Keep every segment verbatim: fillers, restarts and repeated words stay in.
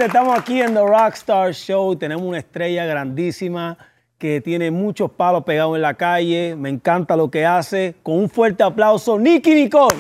gente, estamos aquí en The Rockstar Show. Tenemos una estrella grandísima que tiene muchos palos pegados en la calle. Me encanta lo que hace. Con un fuerte aplauso, Nicki Nicole.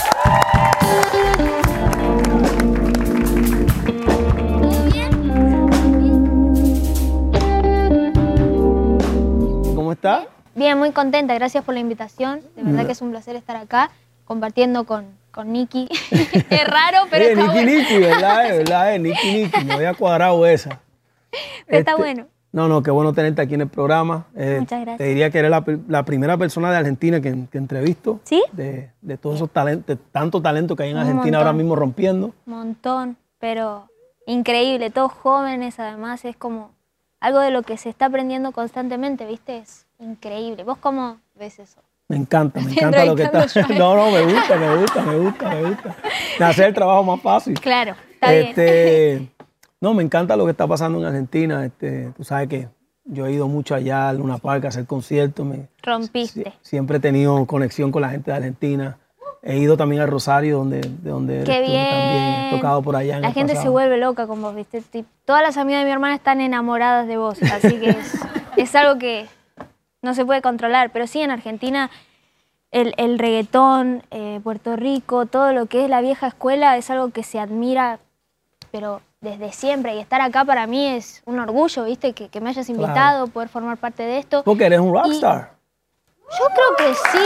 ¿Cómo está? Bien, muy contenta. Gracias por la invitación. De verdad que es un placer estar acá compartiendo con, con Nicki. Es raro, pero Oye, está Nicki, bueno. Nicki, ¿verdad? ¿Verdad? Nicki, Nicki. Me había cuadrado esa. Pero está bueno. No, no, qué bueno tenerte aquí en el programa. Eh, Muchas gracias. Te diría que eres la, la primera persona de Argentina que, que entrevisto. ¿Sí? De, de todos esos talentos, de tanto talento que hay en Un Argentina montón. ahora mismo rompiendo. Montón, pero increíble. Todos jóvenes, además, es como algo de lo que se está aprendiendo constantemente, ¿viste? Es increíble. ¿Vos cómo ves eso? Me encanta, me Estoy encanta lo que está. entrevistando yo, ¿eh? No, no, me gusta, me gusta, me gusta, me gusta. Me hace el trabajo más fácil. Claro, está este, bien. No, me encanta lo que está pasando en Argentina. Este, tú sabes que yo he ido mucho allá a Luna Park a hacer conciertos. Me, Rompiste. sie- siempre he tenido conexión con la gente de Argentina. He ido también a Rosario, donde, de donde eres Qué tú bien. también. He tocado por allá en La el gente se pasado. vuelve loca con vos, ¿viste? Tip- Todas las amigas de mi hermana están enamoradas de vos, así que es, es algo que no se puede controlar. Pero sí, en Argentina el, el reggaetón, eh, Puerto Rico, todo lo que es la vieja escuela es algo que se admira, pero desde siempre. Y estar acá para mí es un orgullo, ¿viste? Que, que me hayas invitado, Claro. poder formar parte de esto. Porque eres un rockstar. Yo creo que sí.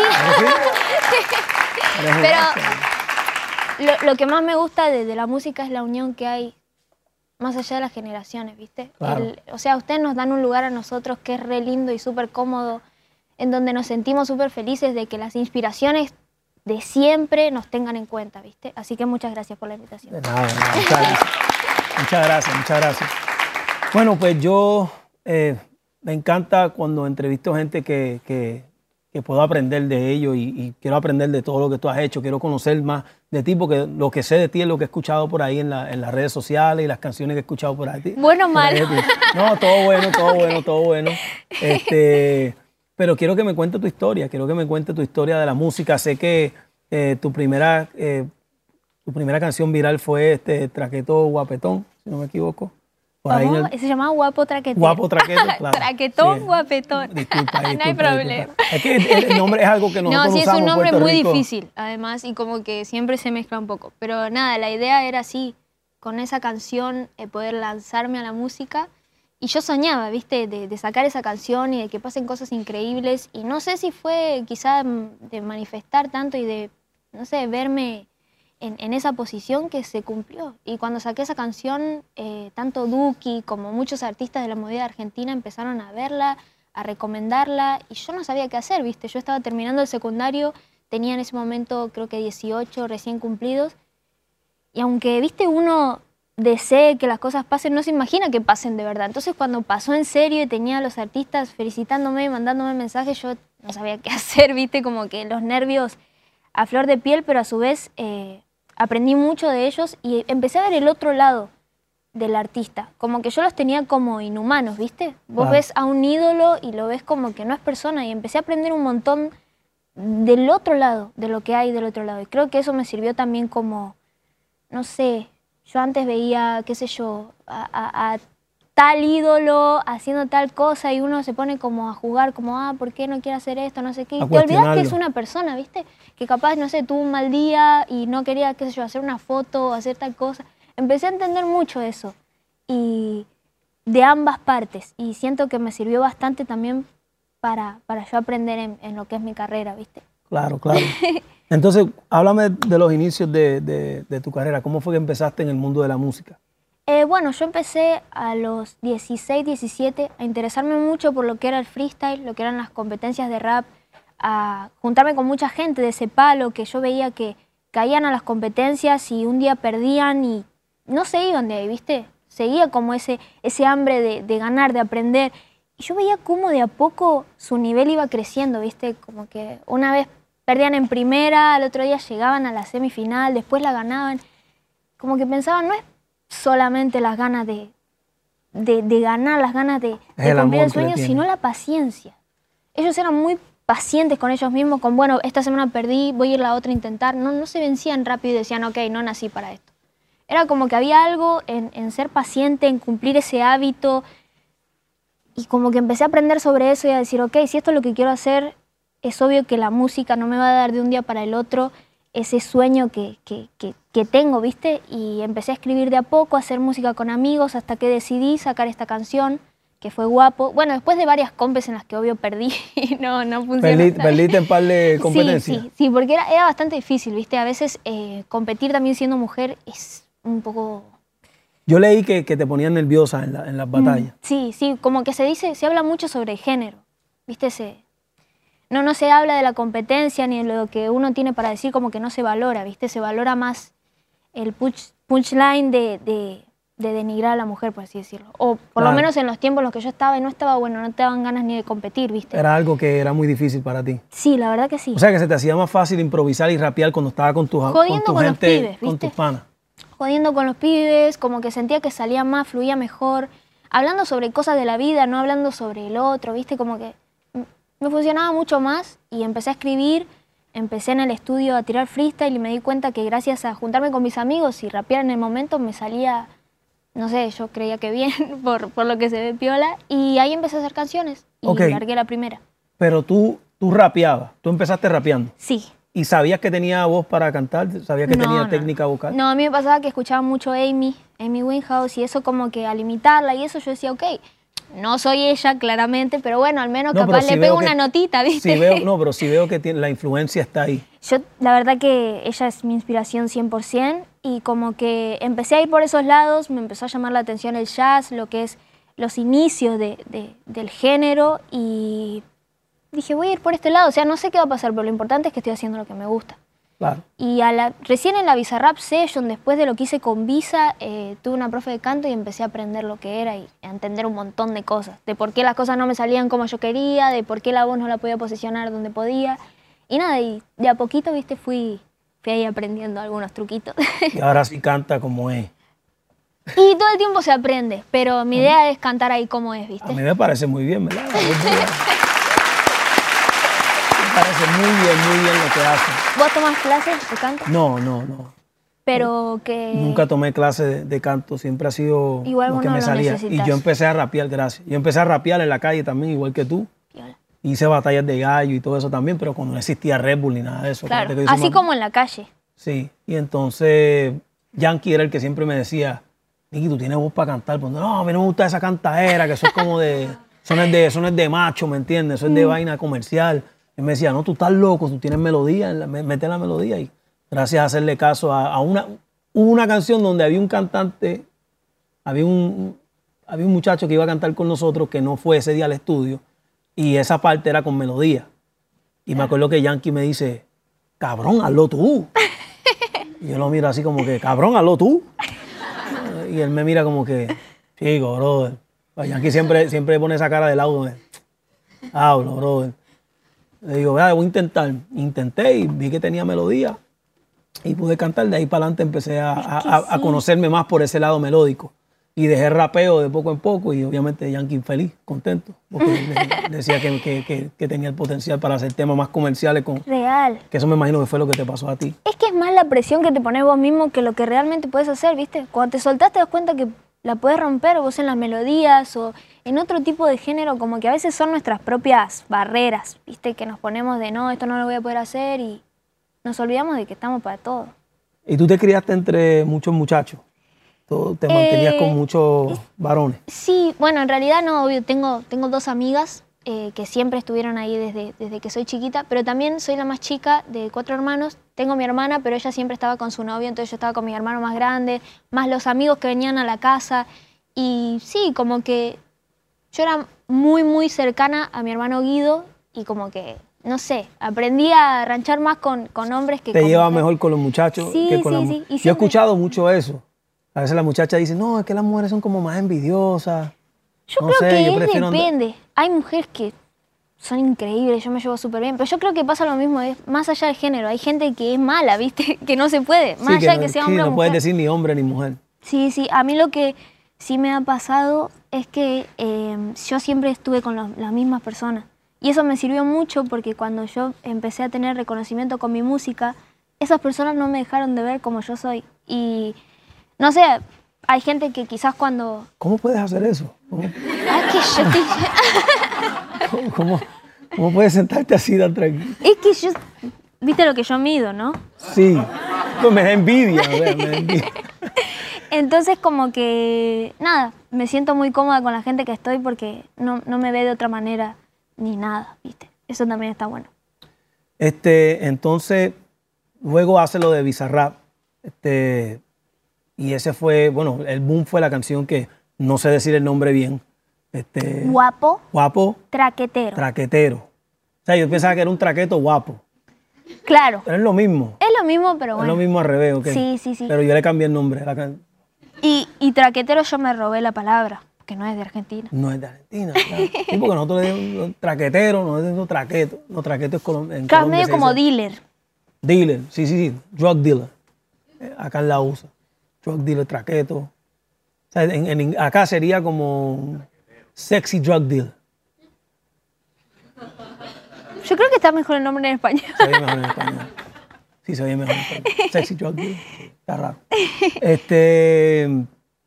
Eres un Pero rockstar. lo, lo que más me gusta de, de la música es la unión que hay más allá de las generaciones, ¿viste? Claro. El- o sea, ustedes nos dan un lugar a nosotros que es re lindo y súper cómodo, en donde nos sentimos súper felices de que las inspiraciones de siempre nos tengan en cuenta, ¿viste? Así que muchas gracias por la invitación. De nada, de nada. Muchas gracias. Muchas gracias, muchas gracias. Bueno, pues yo eh, me encanta cuando entrevisto gente que, que, que puedo aprender de ellos y, y quiero aprender de todo lo que tú has hecho. Quiero conocer más de ti porque lo que sé de ti es lo que he escuchado por ahí en, la- en las redes sociales y las canciones que he escuchado por ahí. Bueno o por ahí malo. de ti. No, todo bueno, todo bueno, todo bueno. Este, pero quiero que me cuentes tu historia, quiero que me cuentes tu historia de la música. Sé que eh, tu primera... eh, Tu primera canción viral fue este Traqueto Guapetón, si no me equivoco. Por ahí en ¿Cómo? el- Se llamaba Guapo Traquetero. Guapo Traqueto, claro. Traquetón, Sí. guapetón. Disculpa, No hay disculpa, problema. disculpa. Es que el, el nombre es algo que nosotros No, sí, es usamos un en nombre Puerto muy Rico. difícil, además, y como que siempre se mezcla un poco. Pero nada, la idea era así, con esa canción, eh, poder lanzarme a la música. Y yo soñaba, ¿viste? De, de sacar esa canción y de que pasen cosas increíbles. Y no sé si fue quizá mm, de manifestar tanto y de, no sé, verme en, en esa posición que se cumplió. Y cuando saqué esa canción, eh, tanto Duki como muchos artistas de la movida argentina empezaron a verla, a recomendarla, y yo no sabía qué hacer, ¿viste? Yo estaba terminando el secundario, tenía en ese momento creo que dieciocho recién cumplidos, y aunque, ¿viste? Uno desee que las cosas pasen, no se imagina que pasen de verdad. Entonces cuando pasó en serio y tenía a los artistas felicitándome, mandándome mensajes, yo no sabía qué hacer, ¿viste? Como que los nervios a flor de piel, pero a su vez eh, aprendí mucho de ellos y empecé a ver el otro lado del artista. Como que yo los tenía como inhumanos, ¿viste? Vos Claro. ves a un ídolo y lo ves como que no es persona, y empecé a aprender un montón del otro lado, de lo que hay del otro lado. Y creo que eso me sirvió también como, no sé, yo antes veía, qué sé yo, a, a- a tal ídolo haciendo tal cosa y uno se pone como a jugar, como, ah, ¿por qué no quiere hacer esto? No sé qué. Y A te olvidas que cuestionarlo. es una persona, ¿viste? Que capaz, no sé, tuvo un mal día y no quería, qué sé yo, hacer una foto o hacer tal cosa. Empecé a entender mucho eso. Y de ambas partes. Y siento que me sirvió bastante también para, para yo aprender en, en lo que es mi carrera, ¿viste? Claro, claro. Entonces, háblame de los inicios de, de- de tu carrera. ¿Cómo fue que empezaste en el mundo de la música? Eh, bueno, yo empecé a los dieciséis, diecisiete a interesarme mucho por lo que era el freestyle, lo que eran las competencias de rap, a juntarme con mucha gente de ese palo que yo veía que caían a las competencias y un día perdían y no se iban de ahí, ¿viste? Seguía como ese, ese hambre de, de ganar, de aprender. Y yo veía cómo de a poco su nivel iba creciendo, ¿viste? Como que una vez perdían en primera, al otro día llegaban a la semifinal, después la ganaban. Como que pensaban, no es solamente las ganas de, de, de ganar, las ganas de, Es de el cumplir amor el que sueño, le tienen. sino la paciencia. Ellos eran muy pacientes con ellos mismos, con, bueno, esta semana perdí, voy a ir la otra a intentar. No, no se vencían rápido y decían, ok, no nací para esto. Era como que había algo en, en ser paciente, en cumplir ese hábito. Y como que empecé a aprender sobre eso y a decir, ok, si esto es lo que quiero hacer, es obvio que la música no me va a dar de un día para el otro ese sueño que, que, que, que tengo, ¿viste? Y empecé a escribir de a poco, a hacer música con amigos, hasta que decidí sacar esta canción, que fue Guapo. Bueno, después de varias compes en las que obvio perdí y no, no funcionó. Perdí, perdiste en par de competencias. Sí, sí, sí, porque era, era bastante difícil, ¿viste? A veces eh, competir también siendo mujer es un poco... Yo leí que, que te ponían nerviosa en, la, en las batallas. Mm, sí, sí, como que se dice, se habla mucho sobre género, ¿viste? Se, no, no se habla de la competencia ni de lo que uno tiene para decir, como que no se valora, ¿viste? Se valora más el punch, punchline de, de, de denigrar a la mujer, por así decirlo. O por Claro. lo menos en los tiempos en los que yo estaba y no estaba, bueno, no te daban ganas ni de competir, ¿viste? Era algo que era muy difícil para ti. Sí, la verdad que sí. O sea, que se te hacía más fácil improvisar y rapear cuando estabas con tus Jodiendo con tu con los gente, pibes, con ¿viste? tus panas. Jodiendo con los pibes, como que sentía que salía más, fluía mejor, hablando sobre cosas de la vida, no hablando sobre el otro, ¿viste? Como que me funcionaba mucho más y empecé a escribir, empecé en el estudio a tirar freestyle y me di cuenta que gracias a juntarme con mis amigos y rapear en el momento me salía, no sé, yo creía que bien, por, por lo que se ve piola, y ahí empecé a hacer canciones y Ok. largué la primera. Pero tú, tú rapeabas, tú empezaste rapeando. Sí. ¿Y sabías que tenía voz para cantar? ¿Sabías que No, tenía no. técnica vocal? No, a mí me pasaba que escuchaba mucho Amy, Amy Winehouse, y eso como que al imitarla y eso yo decía, ok, no soy ella claramente, pero bueno, al menos No, capaz pero si le veo pego que- una notita, ¿viste? Si veo, no, pero si veo que tiene, la influencia está ahí. Yo, la verdad que ella es mi inspiración cien por ciento y como que empecé a ir por esos lados, me empezó a llamar la atención el jazz, lo que es los inicios de, de- del género y dije, voy a ir por este lado, o sea, no sé qué va a pasar, pero lo importante es que estoy haciendo lo que me gusta. Claro. Y a la, recién en la Bizarrap Session, después de lo que hice con Visa, eh, tuve una profe de canto y empecé a aprender lo que era y a entender un montón de cosas. De por qué las cosas no me salían como yo quería, de por qué la voz no la podía posicionar donde podía. Y nada, y de a poquito, viste, fui, fui ahí aprendiendo algunos truquitos. Y ahora sí canta como es. Y todo el tiempo se aprende, pero mi idea es cantar ahí como es, A viste. mí me parece muy bien, ¿verdad? La voz de ella. Me parece muy bien, muy bien lo que hace. ¿Vos tomás clases de canto? No, no, no. Pero que... Nunca tomé clase de, de canto, siempre ha sido Igual lo vos que no me lo salía. Y necesitas. yo empecé a rapear, gracias. Yo empecé a rapear en la calle también, igual que tú. Piola. Hice batallas de gallo y todo eso también, pero cuando no existía Red Bull ni nada de eso. Claro, Fíjate que yo soy así más- como en la calle. Sí, y entonces Yankee era el que siempre me decía, Nicky, tú tienes voz para cantar. Pues, no, a mí no me gusta esa cantadera, que eso es como de, eso no es de, eso no es de macho, ¿me entiendes? Eso es de vaina comercial. Y me decía, no, tú estás loco, tú tienes melodía, en la- me- mete la melodía. Y gracias a hacerle caso a, a una, hubo una canción donde había un cantante, había un, había un muchacho que iba a cantar con nosotros que no fue ese día al estudio y esa parte era con melodía. Y me acuerdo que Yankee me dice, cabrón, hazlo tú. Y yo lo miro así como que, cabrón, hazlo tú. Y él me mira como que, chico, brother. Pues Yankee siempre, siempre pone esa cara de lado. de, Hablo, brother. Le digo, vea, voy a intentar. Intenté y vi que tenía melodía y pude cantar. De ahí para adelante empecé a, a- que a- a sí. conocerme más por ese lado melódico. Y dejé el rapeo de poco en poco y obviamente Yankee feliz, contento, porque de- decía que, que- que- que tenía el potencial para hacer temas más comerciales, con, Real. que eso me imagino que fue lo que te pasó a ti. Es que es más la presión que te pones vos mismo que lo que realmente puedes hacer, ¿viste? Cuando te soltás te das cuenta que la puedes romper vos en las melodías o en otro tipo de género, como que a veces son nuestras propias barreras, ¿viste? Que nos ponemos de no, esto no lo voy a poder hacer y nos olvidamos de que estamos para todo. Y tú te criaste entre muchos muchachos, tú te mantenías Eh, con muchos varones. Sí, bueno, en realidad no, obvio, tengo, tengo dos amigas eh, que siempre estuvieron ahí desde, desde que soy chiquita, pero también soy la más chica de cuatro hermanos. Tengo mi hermana, pero ella siempre estaba con su novio, entonces yo estaba con mi hermano más grande, más los amigos que venían a la casa. Y sí, como que yo era muy, muy cercana a mi hermano Guido y como que, no sé, aprendí a ranchar más con, con hombres que Te con llevas mujeres. mejor con los muchachos Sí, que con sí, las sí. mujeres. Y Yo he siempre- escuchado mucho eso. A veces las muchachas dicen, no, es que las mujeres son como más envidiosas. Yo No creo sé, que yo es prefiero andar- depende. Hay mujeres que son increíbles, yo me llevo súper bien, pero yo creo que pasa lo mismo, es más allá del género. Hay gente que es mala, ¿viste? Que no se puede, más Sí, allá de no, que sea sí, hombre o no puedes mujer. decir ni hombre ni mujer. Sí, sí, a mí lo que sí me ha pasado es que eh, yo siempre estuve con los- las mismas personas. Y eso me sirvió mucho porque cuando yo empecé a tener reconocimiento con mi música, esas personas no me dejaron de ver como yo soy. Y no sé, hay gente que quizás cuando... ¿Cómo puedes hacer eso? ¿Cómo, Ah, que yo estoy... cómo, cómo, cómo puedes sentarte así tan tranquilo? Es que yo... Viste lo que yo mido, ¿no? Sí, pues me da envidia, a ver, me da envidia. Entonces como que, nada, me siento muy cómoda con la gente que estoy porque no, no me ve de otra manera ni nada, ¿viste? Eso también está bueno. Este, entonces, luego hace lo de Bizarrap. Este, y ese fue, bueno, el boom fue la canción que no sé decir el nombre bien. Este, Guapo, guapo, traquetero. traquetero. O sea, yo pensaba que era un traqueto guapo. Claro, Pero es lo mismo. es lo mismo, pero Es bueno. lo mismo al revés, ¿ok? Sí, sí, sí. Pero yo le cambié el nombre. La can- Y, y traquetero yo me robé la palabra, que no es de Argentina. No es de Argentina, claro. Sí, porque nosotros le decimos traquetero, nosotros decimos traqueto. No, traqueto es colom en Claro, Colombia medio se como dice dealer. dealer, sí, sí, sí, drug dealer. Eh, Acá en la U S A. Drug dealer, traqueto. O sea, en, en- acá sería como sexy drug dealer. Yo creo que está mejor el nombre en español. Se oye mejor en español. Sí, se oye mejor en español. Sexy drug dealer. Está raro. Este,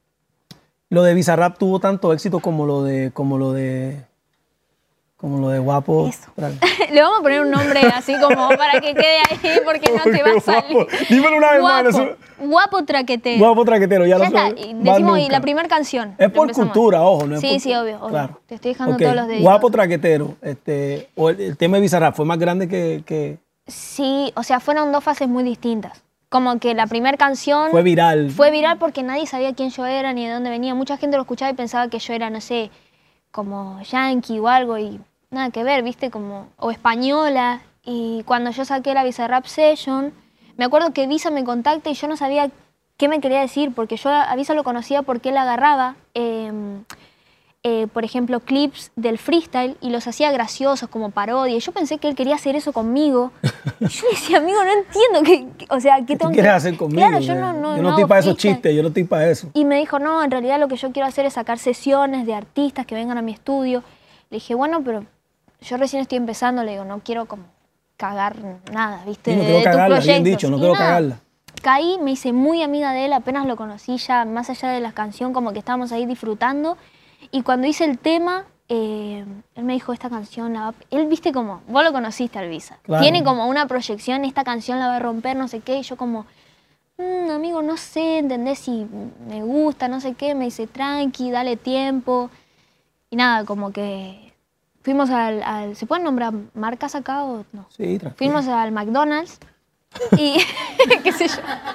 lo de Bizarrap tuvo tanto éxito como lo de, como lo de, como lo de Guapo. Eso. Tra- Le vamos a poner un nombre así como para que quede ahí porque no te va a salir. Guapo. Dímelo una vez más. Guapo, eso- guapo traquetero. Guapo traquetero, ya, Ya lo está, sé. y Más decimos y nunca. la primera canción. Es por Empezamos. cultura, ojo, no es Sí, por- sí, obvio, obvio. Claro. Te estoy dejando Ok, todos los deditos. Guapo traquetero. Este, o el, el tema de Bizarrap fue más grande que, que Sí, o sea, fueron dos fases muy distintas. Como que la primera canción fue viral. fue viral porque nadie sabía quién yo era ni de dónde venía. Mucha gente lo escuchaba y pensaba que yo era, no sé, como yankee o algo y nada que ver, ¿viste? Como, o española. Y cuando yo saqué la Bizarrap Session, me acuerdo que Visa me contacta y yo no sabía qué me quería decir porque yo a Visa lo conocía porque él agarraba, eh, eh, por ejemplo, clips del freestyle y los hacía graciosos como parodia. Y yo pensé que él quería hacer eso conmigo. Y yo le decía, amigo, no entiendo qué, qué- o sea, qué ¿Qué tú tengo quieres que- hacer conmigo? Claro, yo no, no, yo no no hago estoy para esos freestyle. chistes, yo no estoy para eso. Y me dijo, no, en realidad lo que yo quiero hacer es sacar sesiones de artistas que vengan a mi estudio. Le dije, bueno, pero yo recién estoy empezando, le digo, no quiero como cagar nada, ¿viste? Sí, no de, quiero de tus cagarla, bien proyectos. dicho, no Y quiero nada, cagarla. Caí, me hice muy amiga de él, apenas lo conocí ya, más allá de la canción, como que estábamos ahí disfrutando. Y cuando hice el tema, eh, él me dijo, esta canción la va... Él, viste como, vos lo conociste al Visa. Claro. Tiene como una proyección, esta canción la va a romper, no sé qué, y yo como... "Mm, amigo, no sé, ¿entendés? Si me gusta, no sé qué. Me dice, tranqui, dale tiempo. Y nada, como que fuimos al... al- ¿Se pueden nombrar marcas acá o no? Sí, tranquilo. Fuimos al McDonald's y... qué sé yo.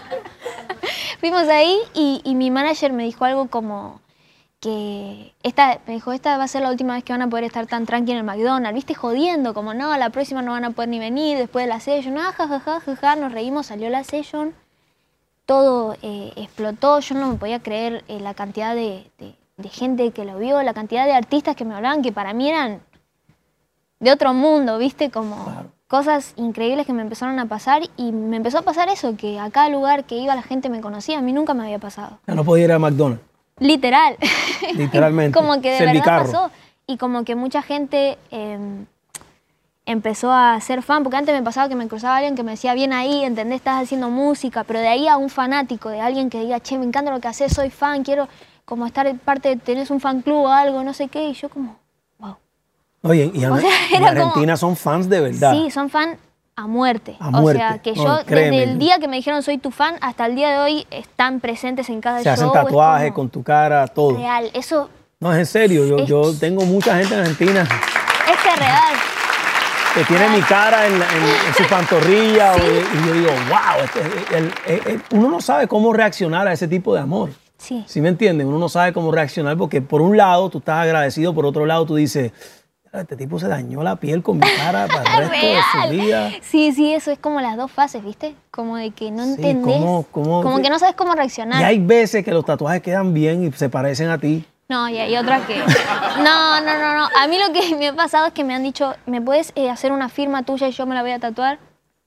Fuimos ahí y, y mi manager me dijo algo como que... Esta, me dijo, esta va a ser la última vez que van a poder estar tan tranqui en el McDonald's. ¿Viste? Jodiendo, como no, la próxima no van a poder ni venir después de la session. Ah, jajaja, jaja, nos reímos, salió la session. Todo eh, explotó, yo no me podía creer eh, la cantidad de, de- de gente que lo vio, la cantidad de artistas que me hablaban, que para mí eran de otro mundo, ¿viste? Como Claro. cosas increíbles que me empezaron a pasar y me empezó a pasar eso, que a cada lugar que iba la gente me conocía, a mí nunca me había pasado. Ya no podía ir a McDonald's. Literal. Literalmente. Como que de Servicarro. verdad pasó. Y como que mucha gente eh, empezó a ser fan, porque antes me pasaba que me cruzaba alguien que me decía, bien ahí, ¿entendés? Estás haciendo música, pero de ahí a un fanático, de alguien que diga, che, me encanta lo que haces, soy fan, quiero como estar en parte, tenés un fan club o algo, no sé qué, y yo como, wow. Oye, y, en- O sea, en era como- Argentina son fans de verdad. Sí, son fan a muerte. A O muerte. sea, que No, yo, créeme. desde el día que me dijeron soy tu fan, hasta el día de hoy, están presentes en cada Se show. hacen es tatuajes como con tu cara, todo. real, eso No, es en serio. Yo, Es- yo tengo mucha gente en Argentina es que real. que tiene mi cara en, la- en- en su pantorrilla o- y yo digo, wow, este- el- el- el- uno no sabe cómo reaccionar a ese tipo de amor. Sí. ¿Sí me entienden? Uno no sabe cómo reaccionar porque por un lado tú estás agradecido, por otro lado tú dices, este tipo se dañó la piel con mi cara para el resto de su Real. vida. Sí, sí, eso es como las dos fases, ¿viste? Como de que no Sí, entendés. ¿cómo- cómo- como que no sabes cómo reaccionar. Y hay veces que los tatuajes quedan bien y se parecen a ti. No, y hay otras que... No, no, no, no. A mí lo que me ha pasado es que me han dicho, ¿me puedes eh, hacer una firma tuya y yo me la voy a tatuar?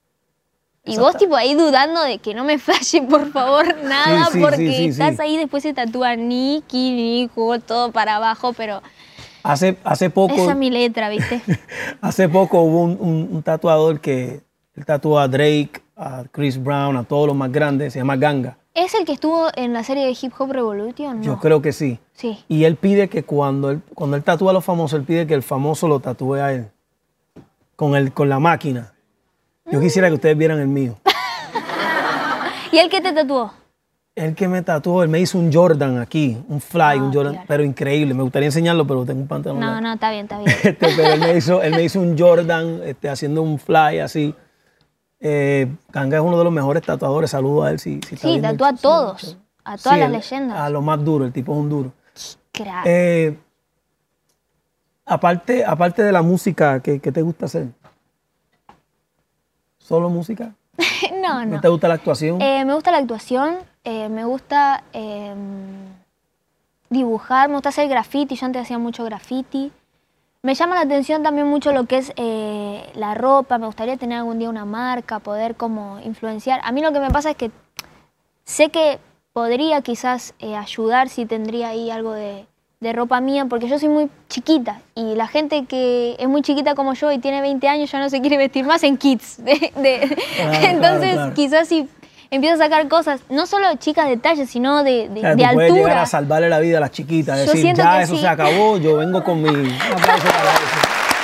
Y vos Exacto. tipo ahí dudando de que no me falle, por favor, nada, Sí, sí, porque sí, sí, estás sí. ahí, después se tatúa Nicky, Nico, todo para abajo, pero Hace, hace poco... esa es mi letra, ¿viste? Hace poco hubo un, un- un tatuador que él tatuó a Drake, a Chris Brown, a todos los más grandes, se llama Ganga. ¿Es el que estuvo en la serie de Hip Hop Revolution? No. Yo creo que sí. Sí. Y él pide que cuando él, cuando él tatúa a los famosos, él pide que el famoso lo tatúe a él. Con, el, con la máquina. Yo quisiera que ustedes vieran el mío. ¿Y él qué te tatuó? El que me tatuó, él me hizo un Jordan aquí, un fly, Ah, un Jordan, claro. pero increíble. Me gustaría enseñarlo, pero tengo un pantalón. No, largo. no, está bien, está bien. Este, pero él me, hizo, él me hizo un Jordan este, haciendo un fly así. Eh, Kanga es uno de los mejores tatuadores. Saludo a él. Si, si está Sí, viendo tatúa a esto. todos, Sí, a todas sí, las él- leyendas. A lo más duro, el tipo es un duro. Crack. Eh, aparte, aparte de la música, ¿qué, qué te gusta hacer? ¿Solo música? no, ¿No no. te gusta la actuación? Eh, me gusta la actuación, eh, me gusta eh, dibujar, me gusta hacer graffiti, yo antes hacía mucho graffiti. Me llama la atención también mucho lo que es eh, la ropa, me gustaría tener algún día una marca, poder como influenciar. A mí lo que me pasa es que sé que podría quizás eh, ayudar si tendría ahí algo de, de ropa mía, porque yo soy muy chiquita y la gente que es muy chiquita como yo y tiene veinte años ya no se quiere vestir más en kids. De, de- Claro, Entonces claro, claro. quizás si empiezo a sacar cosas, no solo chicas de talla, sino de, de, O sea, de tú puedes llegar altura. a salvarle la vida a las chiquitas, Yo decir, siento ya que eso sí. se acabó, yo vengo con mi... Un aplauso para eso.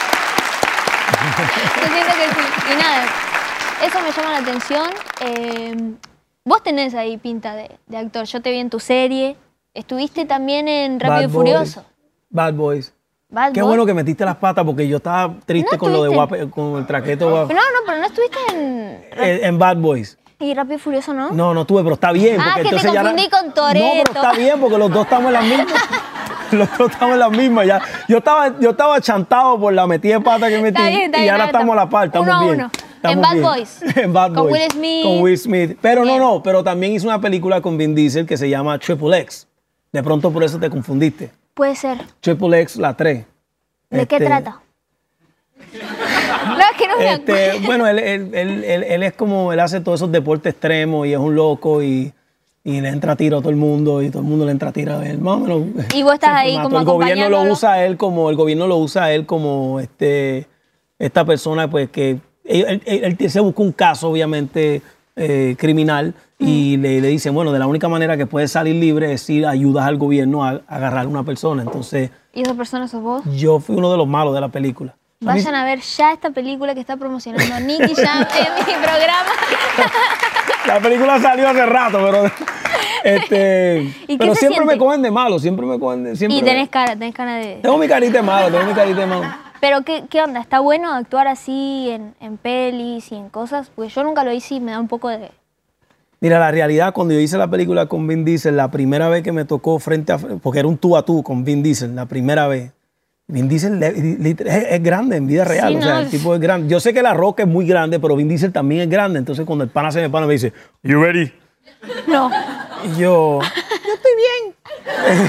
Yo siento que sí. Y nada, eso me llama la atención. Eh, vos tenés ahí pinta de, de actor. Yo te vi en tu serie. Estuviste también en Rápido Bad y Boys. Furioso. Bad Boys. Bad Qué Boy. bueno que metiste las patas porque yo estaba triste No con lo de estuviste guape, con el traqueto guapo. Pero no, no, pero no estuviste en... En, en Bad Boys. Y Rápido y Furioso, ¿no? No, no tuve, pero está bien. Ah, porque que te entonces ya era- confundí con No, Toretto. pero está bien porque los dos estamos en las mismas. Los dos estamos en las mismas. Ya. Yo, estaba, yo estaba chantado por la metida de pata que metí Está bien, está y bien, ahora está bien. estamos a la par, estamos Uno a bien. uno. Estamos En Bad bien. Boys. En Bad Con Boys. Will Smith. Con Will Smith. Pero Bien. no, no, pero también hizo una película con Vin Diesel que se llama Triple X. De pronto por eso te confundiste. Puede ser. Triple X, la tres. ¿De qué Este, trata? No, es que no me acuerdo. Este, bueno, él, él, él, él- él es como, él hace todos esos deportes extremos y es un loco y, y le entra tiro a todo el mundo y todo el mundo le entra tiro a él. Más o menos. Y vos estás ese ahí formato. como El gobierno lo acompañándolo. usa a él como, el gobierno lo usa a él como este, esta persona pues que él, él- él se busca un caso obviamente eh, criminal y le, le dicen, bueno, de la única manera que puedes salir libre es si ayudas al gobierno a, a agarrar a una persona. Entonces ¿Y esa persona sos vos? yo fui uno de los malos de la película. A mí- Vayan a ver ya esta película que está promocionando Nicky Jam en mi programa. La película salió hace rato, pero este, ¿Y qué pero se siempre me siente? cogen de malo, siempre me cogen de siempre. Y tenés cara, tenés cara de... Tengo mi carita de malo, tengo mi carita de malo. Pero ¿qué, qué onda? ¿Está bueno actuar así en, en pelis y en cosas? Porque yo nunca lo hice y me da un poco de... Mira, la realidad, cuando yo hice la película con Vin Diesel, la primera vez que me tocó frente a frente, porque era un tú a tú con Vin Diesel, la primera vez. Vin Diesel le- li- es, es grande en vida real, Sí, o sea, no, el es- tipo es grande. Yo sé que La Roca es muy grande, pero Vin Diesel también es grande. Entonces, cuando el pana se me pana, me dice, ¿You ready? No. Y yo, yo estoy bien.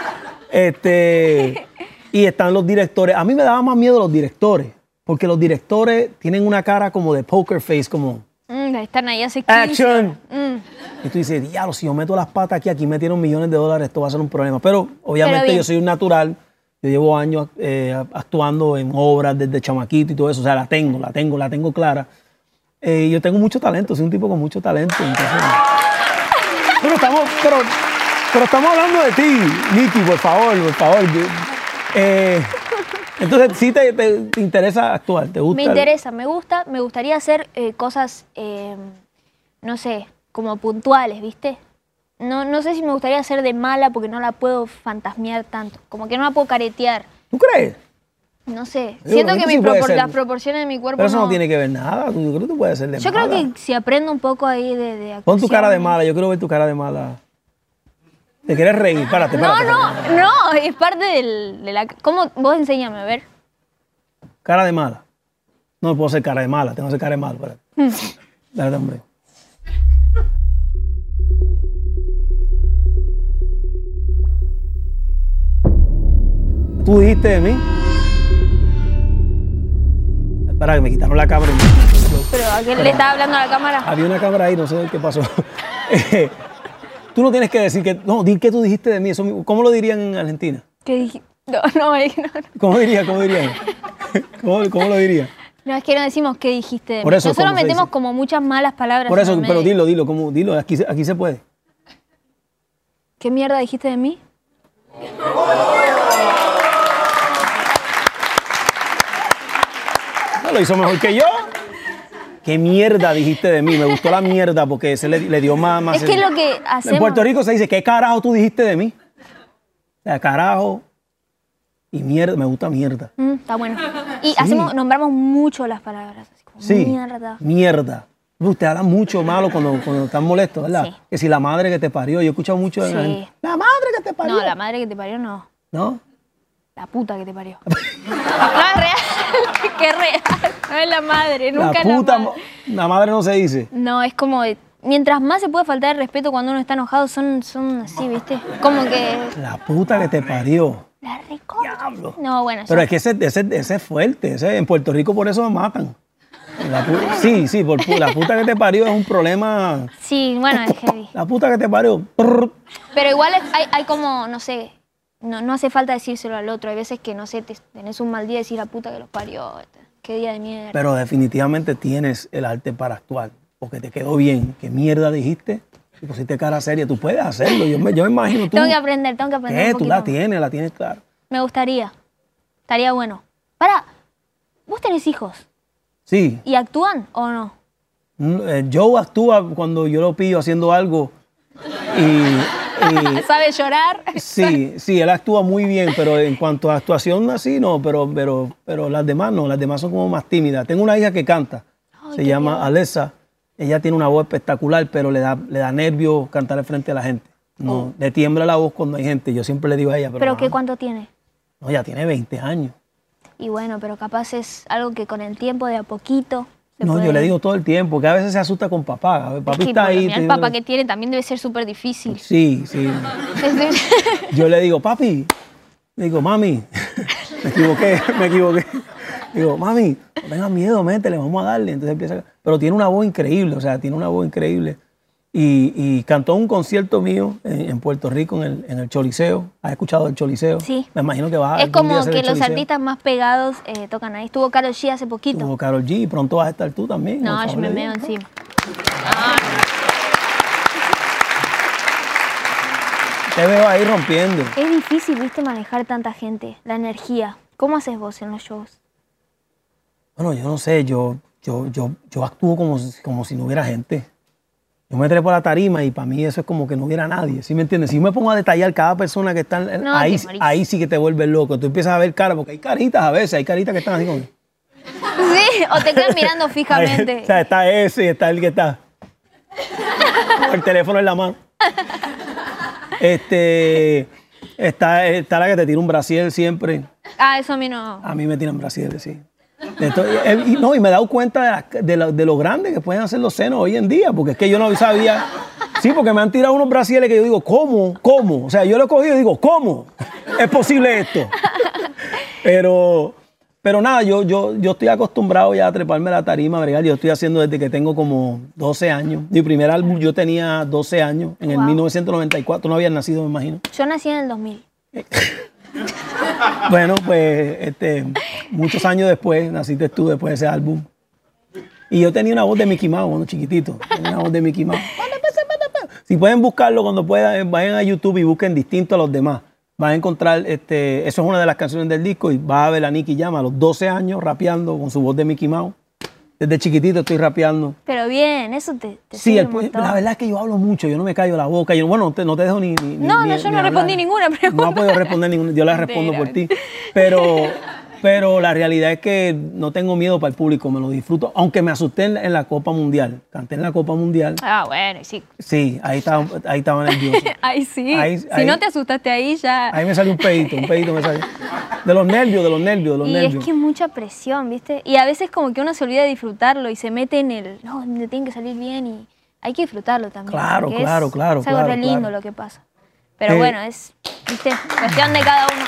este, y están los directores. A mí me daba más miedo los directores, porque los directores tienen una cara como de poker face, como Mm, están ahí hace quince. action. Mm. Y tú dices, diablo, si yo meto las patas aquí, aquí metieron millones de dólares, esto va a ser un problema. Pero obviamente Pero bien. yo soy un natural. Yo llevo años eh, actuando en obras desde chamaquito y todo eso. O sea, la tengo, la tengo, la tengo clara. Eh, yo tengo mucho talento, soy un tipo con mucho talento. Entonces, pero, estamos, pero, pero estamos hablando de ti, Nicky, por favor, por favor. Yo- eh, entonces, sí te, te- te interesa actuar, ¿te gusta? Me interesa, me gusta, me gustaría hacer eh, cosas, eh, no sé, como puntuales, ¿viste? No, no sé si me gustaría hacer de mala porque no la puedo fantasmear tanto, como que no la puedo caretear, ¿Tú crees? no sé. Digo, Siento esto que sí mis puede propor- ser. las proporciones de mi cuerpo Pero eso no, no- tiene que ver nada. Yo creo que tú puedes ser de Yo mala. creo que si aprendo un poco ahí de, de Pon tu cara de actuación- mala, yo quiero ver tu cara de mala. ¿Te quieres reír? Espérate, No, espérate. no, no, es parte del, de la... ¿Cómo? Vos enséñame, a ver. Cara de mala. No puedo ser cara de mala, tengo que ser cara de mala. Espérate. Dale, hombre. ¿Tú dijiste de mí? Espera, que me quitaron la cámara. Pero ¿a quién le estaba hablando a la cámara? Había una cámara ahí, no sé qué pasó. Eh, tú no tienes que decir que... No, di que tú dijiste de mí. Eso, mismo. ¿Cómo lo dirían en Argentina? ¿Qué dije? No, no, es que no, no. ¿Cómo diría? ¿Cómo diría? ¿Cómo, cómo lo diría? No, es que no decimos qué dijiste de mí. Por eso, Nosotros ¿cómo se metemos dice? como muchas malas palabras. Por en eso, el pero medio. dilo, dilo, ¿cómo? Dilo, aquí, se- aquí se puede. ¿Qué mierda dijiste de mí? No lo hizo mejor que yo. ¿Qué mierda dijiste de mí? Me gustó la mierda porque se le, le dio más... más es que es lo que hacemos... En Puerto Rico se dice, ¿qué carajo tú dijiste de mí? O sea, carajo y mierda. Me gusta mierda. Mm, está bueno. Y Sí. hacemos, nombramos mucho las palabras. Así como Sí, mierda. mierda. Usted habla mucho malo cuando, cuando estás molesto, ¿verdad? Sí. Que si la madre que te parió, yo he escuchado mucho de Sí. la gente, la madre que te parió. No, la madre que te parió no. ¿No? La puta que te parió. No, es real. Que es real. No es la madre, nunca La es la puta, madre. la madre no se dice. No, es como... Mientras más se puede faltar el respeto cuando uno está enojado, son, son así, ¿viste? Como que... La puta que te parió. La recontra. Diablo. No, bueno, Pero ya. es que ese, ese, ese es fuerte. Ese, en Puerto Rico por eso me matan. La pu- sí, sí, por pu- la puta que te parió es un problema. Sí, bueno, es heavy. La puta que te parió. Prr. Pero igual es- hay, hay como, no sé, no, no hace falta decírselo al otro. Hay veces que, no sé, te, tenés un mal día y decir la puta que los parió. Qué día de mierda. Pero definitivamente tienes el arte para actuar. Porque te quedó bien. ¿Qué mierda dijiste? Y pusiste cara seria. Tú puedes hacerlo. Yo me, yo me imagino tú. Tengo que aprender, tengo que aprender ¿Qué? un Tú la poquito. tienes, la tienes claro. Me gustaría. Estaría bueno. Para, vos tenés hijos. Sí. ¿Y actúan o no? Mm, eh, Joe actúa cuando yo lo pillo haciendo algo. Y, y- ¿Sabe llorar? sí, sí, él actúa muy bien, pero en cuanto a actuación así, no, pero, pero, pero las demás no, las demás son como más tímidas. Tengo una hija que canta, Ay, se qué llama bien. Alessa. Ella tiene una voz espectacular, pero le da, le da nervio cantar al frente de la gente. No, Oh. le tiembla la voz cuando hay gente. Yo siempre le digo a ella, pero, ¿Pero no, qué cuánto tiene? no, ella tiene veinte años. Y bueno, pero capaz es algo que con el tiempo, de a poquito... se No, puede- yo le digo todo el tiempo, que a veces se asusta con papá. A ver, papi Es que está por lo ahí. general, te el digo- papá que tiene también debe ser súper difícil. Sí, sí. Yo le digo, papi, le digo, mami, me equivoqué, me equivoqué. Digo, mami, no tengas miedo, métele, vamos a darle. Entonces empieza, a- pero tiene una voz increíble, o sea, tiene una voz increíble. Y, y cantó un concierto mío en, en Puerto Rico, en el, en el Choliseo. ¿Has escuchado el Choliseo? Sí. Me imagino que vas a Es algún día como a hacer que el los Choliseo. artistas más pegados eh, tocan ahí. Estuvo Karol G hace poquito. Tuvo Karol G y pronto vas a estar tú también. No, por yo favor me de meo Dios. encima. Te veo ahí rompiendo. Es difícil, viste, manejar tanta gente, la energía. ¿Cómo haces vos en los shows? Bueno, yo no sé, yo, yo, yo, yo actúo como, si- como si no hubiera gente. Yo me trepo a la tarima y para mí eso es como que no hubiera nadie, ¿sí me entiendes? Si yo me pongo a detallar cada persona que está, en- No, ahí, te morís. ahí sí que te vuelves loco. Tú empiezas a ver cara, porque hay caritas a veces, hay caritas que están así como... Sí, o te quedan mirando fijamente. o sea, está ese y está el que está con el teléfono en la mano. Este, está, está la que te tira un brasier siempre. Ah, eso a mí no. A mí me tiran brasieres, sí. Esto- eh, y, no, y me he dado cuenta de, la- de, lo, de lo grande que pueden hacer los senos hoy en día, porque es que yo no sabía. Sí, porque me han tirado unos brasieres que yo digo, ¿cómo? ¿Cómo? O sea, yo lo he cogido y digo, ¿cómo es posible esto? Pero, pero nada, yo, yo, yo estoy acostumbrado ya a treparme a la tarima, bregar. Yo estoy haciendo desde que tengo como doce años. Mi primer álbum yo tenía doce años, en el Wow. mil novecientos noventa y cuatro. No habías nacido, me imagino. Yo nací en el dos mil. Bueno, pues este, muchos años después, naciste tú después de ese álbum. Y yo tenía una voz de Mickey Mouse cuando chiquitito. Tenía una voz de Mickey Mouse. Si pueden buscarlo cuando puedan, vayan a YouTube y busquen distinto a los demás. Van a encontrar, este, eso es una de las canciones del disco y vas a ver a Nicky Jam a los doce años rapeando con su voz de Mickey Mouse. Desde chiquitito estoy rapeando. Pero bien, eso te, te Sí, sirve el- un montón. la verdad es que yo hablo mucho, yo no me callo la boca. Yo, bueno, no te, no te dejo ni, ni- ni- No, ni- no, yo ni no hablar. respondí ninguna pregunta. No ha podido responder ninguna, yo la respondo por ti. Mentira. Pero, pero la realidad es que no tengo miedo para el público, me lo disfruto. Aunque me asusté en, la- en la Copa Mundial. Canté en la Copa Mundial. Ah, bueno, y sí. Sí, ahí estaba, ahí estaba nervioso. Ahí sí. Ahí- si ahí- no te asustaste ahí, ya. Ahí me salió un pedito, un pedito me salió. De los nervios, de los nervios, de los Y nervios. es que es mucha presión, ¿viste? Y a veces como que uno se olvida de disfrutarlo y se mete en el, no, me tiene que salir bien y hay que disfrutarlo también. Claro, porque claro, es, claro, Es algo claro, re lindo claro. lo que pasa. Pero Eh, bueno, es, ¿viste? Cuestión de cada uno.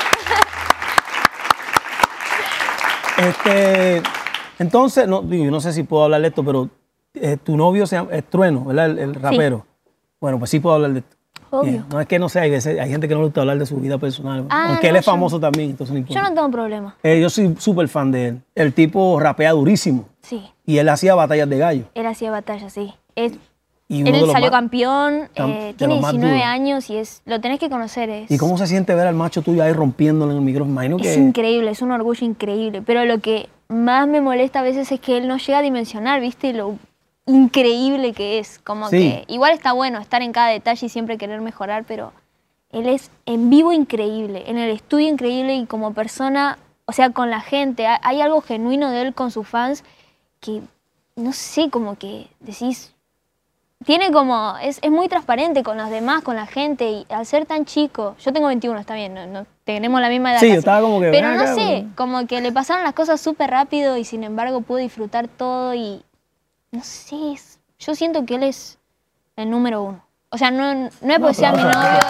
Este, entonces, no, digo, yo no sé si puedo hablar de esto, pero eh, tu novio se llama, es Trueno, ¿verdad? El, el rapero. Bueno, pues sí puedo hablar de esto. Obvio. Bien. No es que no sé, hay, veces- hay gente que no le gusta hablar de su vida personal. Ah, aunque él no, es yo- famoso también, entonces no Yo importa. no tengo problema. Eh, yo soy súper fan de él. El tipo rapea durísimo. Sí, Y él hacía batallas de gallo. él hacía batalla, sí. Es Y uno Él de los salió más- campeón, cam- eh, de tiene los más diecinueve duros. años y es lo tenés que conocer. Es, ¿Y cómo se siente ver al macho tuyo ahí rompiéndole en el micrófono? Imagino que... es increíble, es un orgullo increíble. Pero lo que más me molesta a veces es que él no llega a dimensionar, ¿viste? Lo increíble que es. Como Sí. que igual está bueno estar en cada detalle y siempre querer mejorar, pero él es en vivo increíble, en el estudio increíble y como persona, o sea, con la gente. ha- Hay algo genuino de él con sus fans que, no sé, como que decís... Tiene como, es, es muy transparente con los demás, con la gente, y al ser tan chico, yo tengo veintiuno, está bien, no, no- tenemos la misma edad Sí, yo casi. estaba como que, Pero ven no acá, sé, bro. como que le pasaron las cosas súper rápido y sin embargo pudo disfrutar todo y, no sé, es- yo siento que él es el número uno. O sea, no, no es porque sea mi novio, aplauso.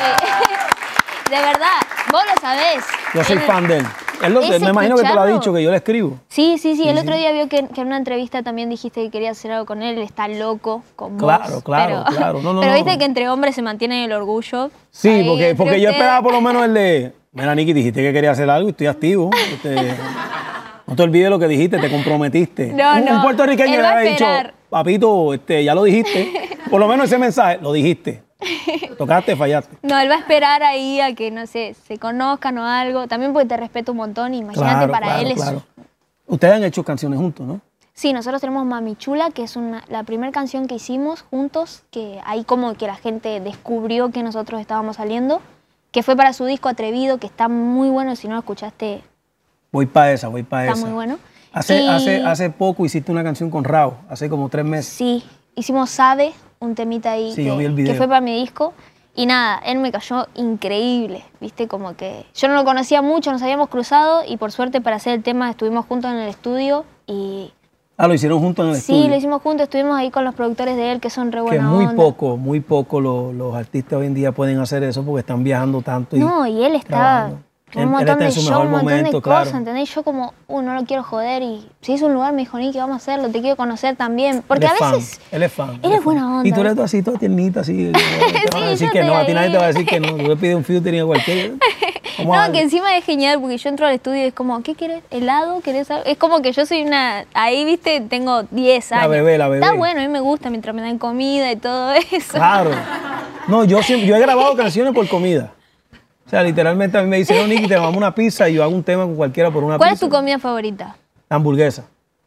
y- de verdad, vos lo sabés. Yo soy Él- fan de él. Él lo- es me imagino que te lo ha escucharlo. dicho, que yo le escribo. Sí, sí, sí, Sí, el sí. otro día vio que, que en una entrevista también dijiste que querías hacer algo con él, él está loco con vos. Claro, claro, pero, claro. No, no, pero no. viste que entre hombres se mantiene el orgullo. Sí, ahí porque, entre porque yo ustedes. esperaba por lo menos el de... Mira, Nicky, dijiste que querías hacer algo y estoy activo. Este, no te olvides lo que dijiste, te comprometiste. No, un, un no, puertorriqueño él le va a había dicho, esperar. papito, este, ya lo dijiste. Por lo menos ese mensaje, lo dijiste. Tocaste, fallaste. No, él va a esperar ahí a que, no sé, se conozcan o algo. También porque te respeto un montón. Imagínate, Claro, para claro, él es... claro. Ustedes han hecho canciones juntos, ¿no? Sí, nosotros tenemos Mami Chula, que es una, la primera canción que hicimos juntos, que ahí como que la gente descubrió que nosotros estábamos saliendo, que fue para su disco Atrevido, que está muy bueno, si no lo escuchaste, Voy para esa, voy para esa. está muy bueno. Hace, Y- hace, hace poco hiciste una canción con Rao, hace como tres meses. Sí, hicimos Sabe, un temita ahí Sí, yo vi el que, video. que fue para mi disco. Y nada, él me cayó increíble, viste, como que yo no lo conocía mucho, nos habíamos cruzado y por suerte para hacer el tema estuvimos juntos en el estudio y Ah, lo hicieron juntos en el sí, estudio. lo hicimos juntos, estuvimos ahí con los productores de él que son re Que buena muy onda. poco, muy poco lo- los artistas hoy en día pueden hacer eso porque están viajando tanto. Y No, y él está trabajando. con Él- un él montón está en de su show, mejor un montón momento, de cosas, claro. ¿entendés? Yo como, uh, no lo quiero joder y si es un lugar me dijo, Nicky, vamos a hacerlo, te quiero conocer también. Porque Él a es fan, veces... él es fan. él es buena onda. Y tú eres así, toda tiernita, así. Te van a Sí, decir yo que no, estoy a ti nadie ahí. te va a decir que no. Tú le pides un featuring a cualquiera. Vamos a No, darle. que encima es genial porque yo entro al estudio y es como, ¿qué quieres? ¿Helado? ¿Querés algo? Es como que yo soy una... Ahí, viste, tengo diez La años. bebé, la bebé. Está bueno, a mí me gusta mientras me dan comida y todo eso. Claro. No, yo, siempre, yo he grabado canciones por comida. O sea, literalmente a mí me dicen, no, Nicky, te vamos una pizza y yo hago un tema con cualquiera por una ¿Cuál pizza. es tu comida favorita? La hamburguesa.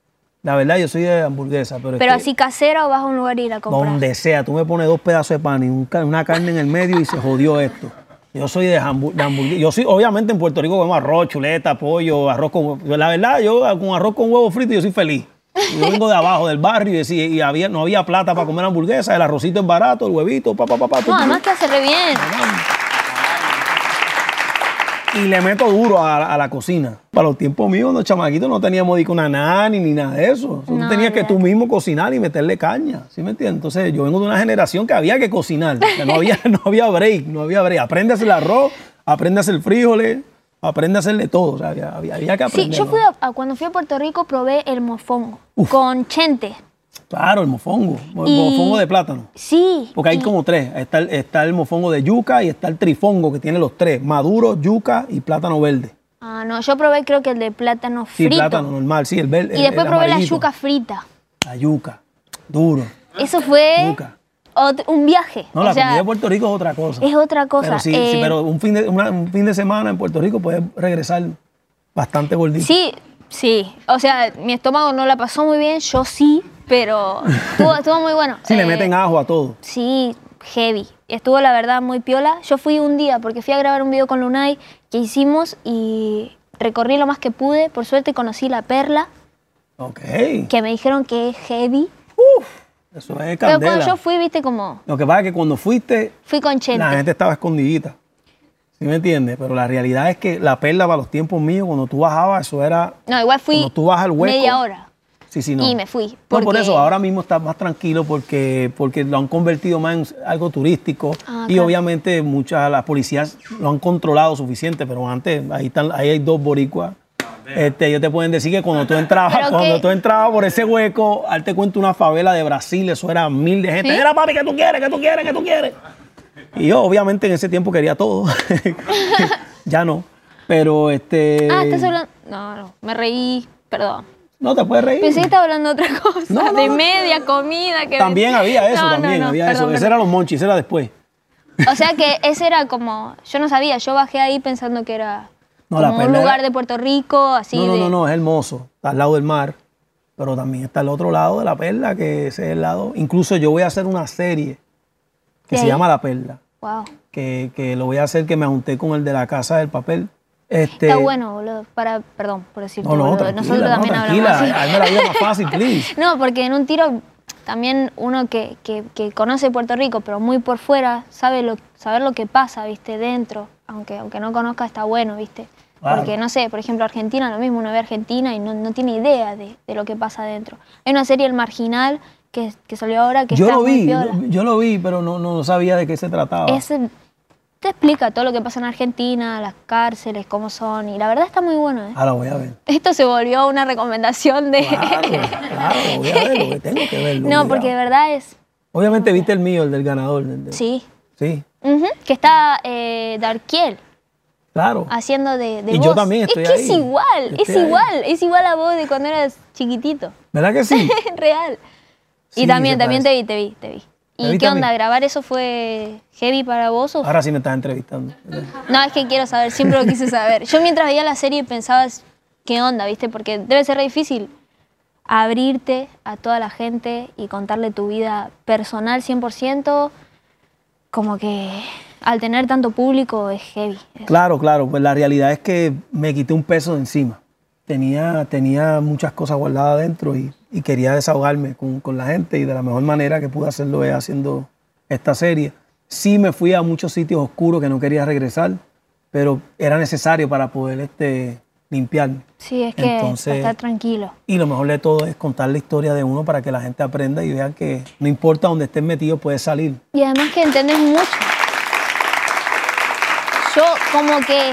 La verdad, yo soy de hamburguesa. Pero, es ¿Pero que así casera o vas a un lugar y ir a comprar? donde sea, tú me pones dos pedazos de pan y un ca- una carne en el medio y se jodió esto. Yo soy de, hambu- de hamburguesa. Yo soy, obviamente en Puerto Rico comemos arroz, chuleta, pollo, arroz con huevo. La verdad, yo con arroz con huevo frito yo soy feliz. Yo vengo de abajo, del barrio, y, decía, y había, no había plata para comer hamburguesa, el arrocito es barato, el huevito, pa, pa, pa, pa. No, además te hace re bien. Y le meto duro a, a la cocina. Para los tiempos míos, los chamaquitos no teníamos ni una nani ni nada de eso. Tú No, tenías que olvídate. tú mismo cocinar y meterle caña, ¿sí me entiendes? Entonces yo vengo de una generación que había que cocinar, que no había, no había break, no había break. Aprende a hacer el arroz, aprende a hacer frijoles, aprende a hacerle todo. O sea, había, había, había que Sí, aprender. yo ¿no? fui a, a- cuando fui a Puerto Rico probé el mofongo con chente. Claro, el mofongo, el Y- mofongo de plátano. Sí. Porque hay y- como tres. Está el, está el mofongo de yuca y está el trifongo que tiene los tres. Maduro, yuca y plátano verde. Ah, no, yo probé creo que el de plátano Sí, frito. plátano normal, sí, el verde. y el- después el probé la amarillito. yuca frita. La yuca, duro. Eso fue Yuca. ot- un viaje. No, o la sea, comida de Puerto Rico es otra cosa. es otra cosa. Pero sí, Eh, sí, pero un fin, de, una- un fin de semana en Puerto Rico puedes regresar bastante gordito. Sí, sí. O sea, mi estómago no la pasó muy bien, yo sí, pero estuvo, estuvo muy bueno. Sí, le Eh, meten ajo a todo. Sí, heavy. Estuvo la verdad muy piola. Yo fui un día porque fui a grabar un video con Lunay que hicimos y recorrí lo más que pude. Por suerte conocí La Perla, Ok. que me dijeron que es heavy. Eso es Pero candela. cuando yo fui, viste, como Lo que pasa es que cuando fuiste, fui con Chente. la gente estaba escondidita. ¿Sí me entiendes? Pero la realidad es que la perla para los tiempos míos, cuando tú bajabas, eso era... No, igual fui Cuando tú vas al hueco, media hora. Sí, sí, no. Y me fui, No, por porque- eso ahora mismo está más tranquilo porque, porque lo han convertido más en algo turístico Ah, y claro. obviamente muchas las policías lo han controlado suficiente, pero antes ahí están, ahí hay dos boricuas. Este, ellos te pueden decir que cuando tú entrabas, Pero cuando que- tú entrabas por ese hueco, al te cuento una favela de Brasil, eso era mil de gente. ¿Sí? Mira, papi, ¿qué tú quieres? ¿Qué tú quieres? ¿Qué tú quieres? Y yo, obviamente, en ese tiempo quería todo. Ya no. Pero este. Ah, estás hablando. No, no, me reí, perdón. No, te puedes reír. Pensé que estaba hablando de otra cosa, No, no, de no. media, comida. Que También había eso, No, no, también no, había perdón, eso. Ese perdón. era los monchis, ese era después. O sea que ese era como, yo no sabía, yo bajé ahí pensando que era No, la como un Perla lugar era- de Puerto Rico, así No, no, de... no, no, es hermoso. Está al lado del mar, pero también está el otro lado de la Perla, que ese es el lado. Incluso yo voy a hacer una serie que ¿De se ahí? llama La Perla, Wow. que, que lo voy a hacer, que me junté con el de la Casa del Papel. Este, Está bueno, boludo. Para, perdón por decirte, No, no, boludo. tranquila, Nosotros no, también tranquila. hablamos así. Hazme la vida más fácil, please. No, porque en un tiro también uno que, que, que conoce Puerto Rico, pero muy por fuera, sabe lo, saber lo que pasa, viste, dentro. Aunque, aunque no conozca, está bueno, viste. Claro. Porque, no sé, por ejemplo, Argentina, lo mismo, uno ve Argentina y no, no tiene idea de, de lo que pasa dentro. Hay una serie, El Marginal, que, que salió ahora, que Yo está lo muy vi, piola. yo lo vi, pero no, no sabía de qué se trataba. Es, te explica todo lo que pasa en Argentina, las cárceles, cómo son, y la verdad está muy bueno, ¿eh? Ah, la voy a ver. Esto se volvió una recomendación de... Claro, claro, lo voy a ver, lo que tengo que verlo. No, obligado. porque de verdad es... Obviamente viste el mío, el del ganador. del- del- Sí. Sí, Ujú, que está eh, Darkiel claro. haciendo de, de Y voz. yo también estoy Es que ahí. es igual, Yo es estoy ahí. igual, es igual a vos de cuando eras chiquitito. ¿Verdad que sí? Real. Sí, Y también, se también te parece. vi, te vi, te vi. ¿Me ¿Y viste qué a mí? onda? ¿Grabar eso fue heavy para vos? O... Ahora sí me estás entrevistando. No, es que quiero saber, siempre lo quise saber. Yo mientras veía la serie pensaba, ¿qué onda, viste? Porque debe ser re difícil abrirte a toda la gente y contarle tu vida personal cien por ciento, como que al tener tanto público es heavy. Es- Claro, claro, pues la realidad es que me quité un peso de encima. Tenía, tenía muchas cosas guardadas adentro y, y quería desahogarme con, con la gente y de la mejor manera que pude hacerlo es haciendo esta serie. Sí me fui a muchos sitios oscuros que no quería regresar, pero era necesario para poder este, limpiarme. Sí, es que Entonces- para estar tranquilo. Y lo mejor de todo es contar la historia de uno para que la gente aprenda y vean que no importa dónde estés metido, puedes salir. Y además que entendés mucho. Yo como que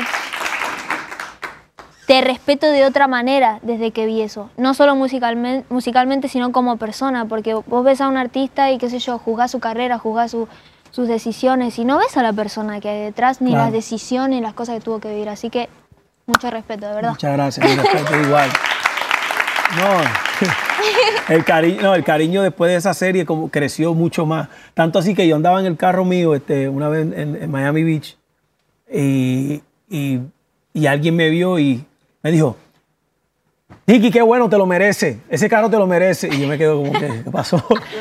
te respeto de otra manera desde que vi eso. No solo musicalmente, musicalmente, sino como persona, porque vos ves a un artista y qué sé yo, juzgás su carrera, juzgás su- sus decisiones y no ves a la persona que hay detrás, ni Claro. las decisiones, ni las cosas que tuvo que vivir. Así que mucho respeto, de verdad. Muchas gracias, mi respeto igual. No, el cariño, no, el cariño después de esa serie como creció mucho más. Tanto así que yo andaba en el carro mío este, una vez en, en Miami Beach y, y, y alguien me vio y me dijo, Nicky, qué bueno, te lo merece. Ese carro te lo merece. Y yo me quedo como que, ¿qué pasó?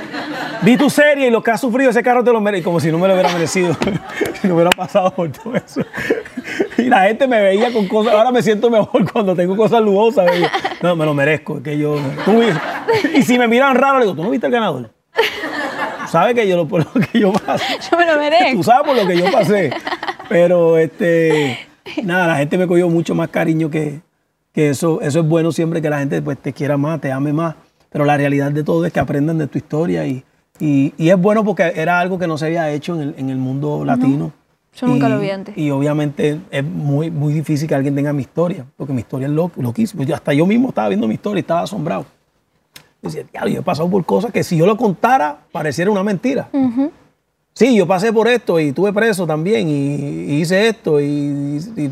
Vi tu serie y lo que has sufrido, ese carro te lo merece. Como si no me lo hubiera merecido. Si no hubiera pasado por todo eso. Y la gente me veía con cosas. Ahora me siento mejor cuando tengo cosas lujosas. Y yo, no, me lo merezco. Es que yo, tú vi- y si me miran raro, le digo, ¿tú no viste el ganador? Tú sabes que yo lo, por lo que yo pasé. Yo me lo merezco. Tú sabes por lo que yo pasé. Pero, este, nada, la gente me cogió mucho más cariño que, que eso. Eso es bueno siempre que la gente pues, te quiera más, te ame más. Pero la realidad de todo es que aprendan de tu historia y, y, y es bueno porque era algo que no se había hecho en el, en el mundo latino. Yo nunca Y- lo vi antes. Y obviamente es muy, muy difícil que alguien tenga mi historia, porque mi historia es lo, loquísima. Yo- hasta yo mismo estaba viendo mi historia y estaba asombrado. Yo decía, "Diablo, yo he pasado por cosas que si yo lo contara, pareciera una mentira. Ujú. Sí, yo pasé por esto y estuve preso también y, y hice esto y, y,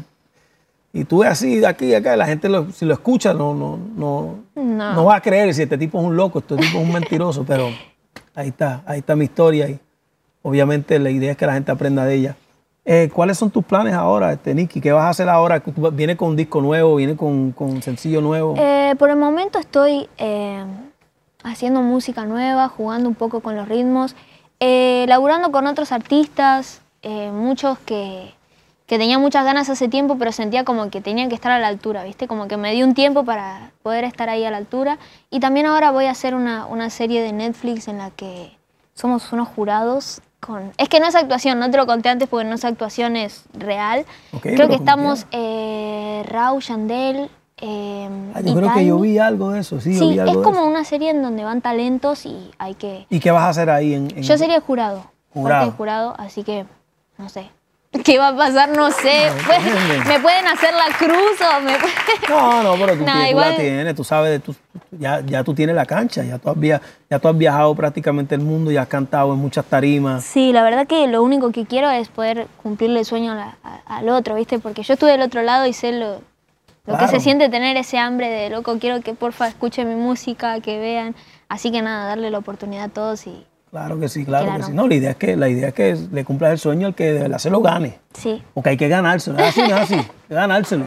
y tuve así de aquí y acá. La gente lo- si lo escucha no, no, no, No. no va a creer si este tipo es un loco, este tipo es un mentiroso, pero ahí está, ahí está mi historia y obviamente la idea es que la gente aprenda de ella. Eh, ¿Cuáles son tus planes ahora, este, Nicky? ¿Qué vas a hacer ahora? ¿Tú ¿Viene con un disco nuevo? ¿Viene con, con sencillo nuevo? Eh, por el momento estoy eh, haciendo música nueva, jugando un poco con los ritmos, eh, laburando con otros artistas, eh, muchos que, que tenía muchas ganas hace tiempo, pero sentía como que tenían que estar a la altura, ¿viste? Como que me di un tiempo para poder estar ahí a la altura. Y también ahora voy a hacer una, una serie de Netflix en la que somos unos jurados con... Es que no es actuación, no te lo conté antes porque no es actuación, es real. Ok, Creo pero que como estamos quiera. eh, Rau, Yandel... Eh, Ah, yo y creo que yo Tiny. vi algo de eso, sí, yo Sí, vi algo es de como eso. una serie en donde van talentos y hay que... ¿Y qué vas a hacer ahí? En, en- Yo sería el jurado, Jurado. parte del jurado, así que no sé. ¿Qué va a pasar? No sé. No, Puede- entiende. me pueden hacer la cruz o me pueden... No, no, pero tú, No, tienes, tú igual- la tienes, tú sabes, de tu- ya, ya tú tienes la cancha, ya tú, has via- ya tú has viajado prácticamente el mundo y has cantado en muchas tarimas. Sí, la verdad que lo único que quiero es poder cumplirle el sueño a la- a- al otro, ¿viste? Porque yo estuve del otro lado y sé lo, Lo Claro. que se siente tener ese hambre de, loco, quiero que porfa escuchen mi música, que vean. Así que nada, darle la oportunidad a todos y Claro que sí, claro Que la que sí. rompa. No, la idea es que, la idea es que le cumplas el sueño al que de verdad se lo gane. sí. Porque hay que ganárselo. ¿Es así? ¿No es así? Hay que ganárselo.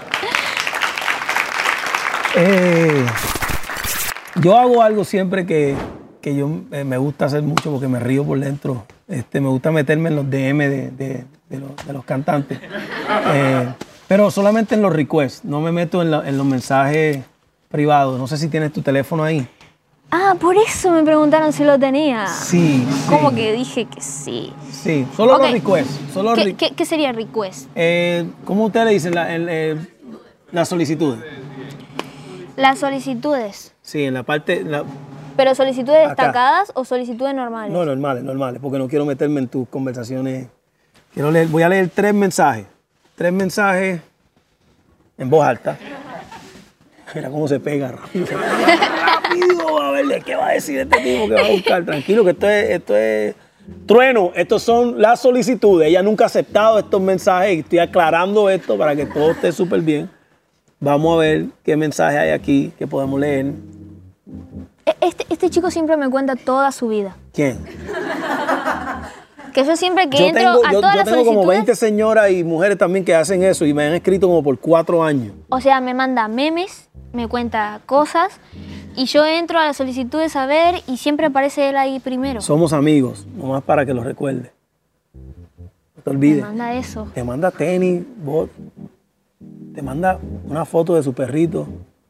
Eh, yo hago algo siempre que, que yo eh, me gusta hacer mucho porque me río por dentro. Este, me gusta meterme en los D M de, de- de los, de los cantantes. Eh, pero solamente en los requests. No me meto en, la- en los mensajes privados. No sé si tienes tu teléfono ahí. Ah, por eso me preguntaron si lo tenía. Sí. Como sí, que dije que sí. Sí, solo Ok. los requests. Solo ¿Qué, re- qué- qué sería request? eh, ¿Cómo ustedes le dicen? La, el, eh, la solicitud. Las solicitudes. Sí, en la parte... la- ¿Pero solicitudes Acá. destacadas o solicitudes normales? no, normales, normales, porque no quiero meterme en tus conversaciones. Quiero leer, voy a leer tres mensajes. Tres mensajes en voz alta. Mira cómo se pega rápido. Rápido, a ver de qué va a decir este tipo que va a buscar. Tranquilo, que esto es, esto es trueno. Estos son las solicitudes. Ella nunca ha aceptado estos mensajes y estoy aclarando esto para que todo esté súper bien. Vamos a ver qué mensaje hay aquí que podemos leer. E- Este, este chico siempre me cuenta toda su vida. ¿Quién? Que yo siempre que Yo entro tengo, a yo- todas yo las tengo como solicitudes, veinte señoras y mujeres también que hacen eso y me han escrito como por cuatro años. o sea, me manda memes, me cuenta cosas y yo entro a las solicitudes a ver y siempre aparece él ahí primero. Somos amigos, nomás para que lo recuerde. No te Me olvides. manda eso. Te manda tenis, bot, te manda una foto de su perrito.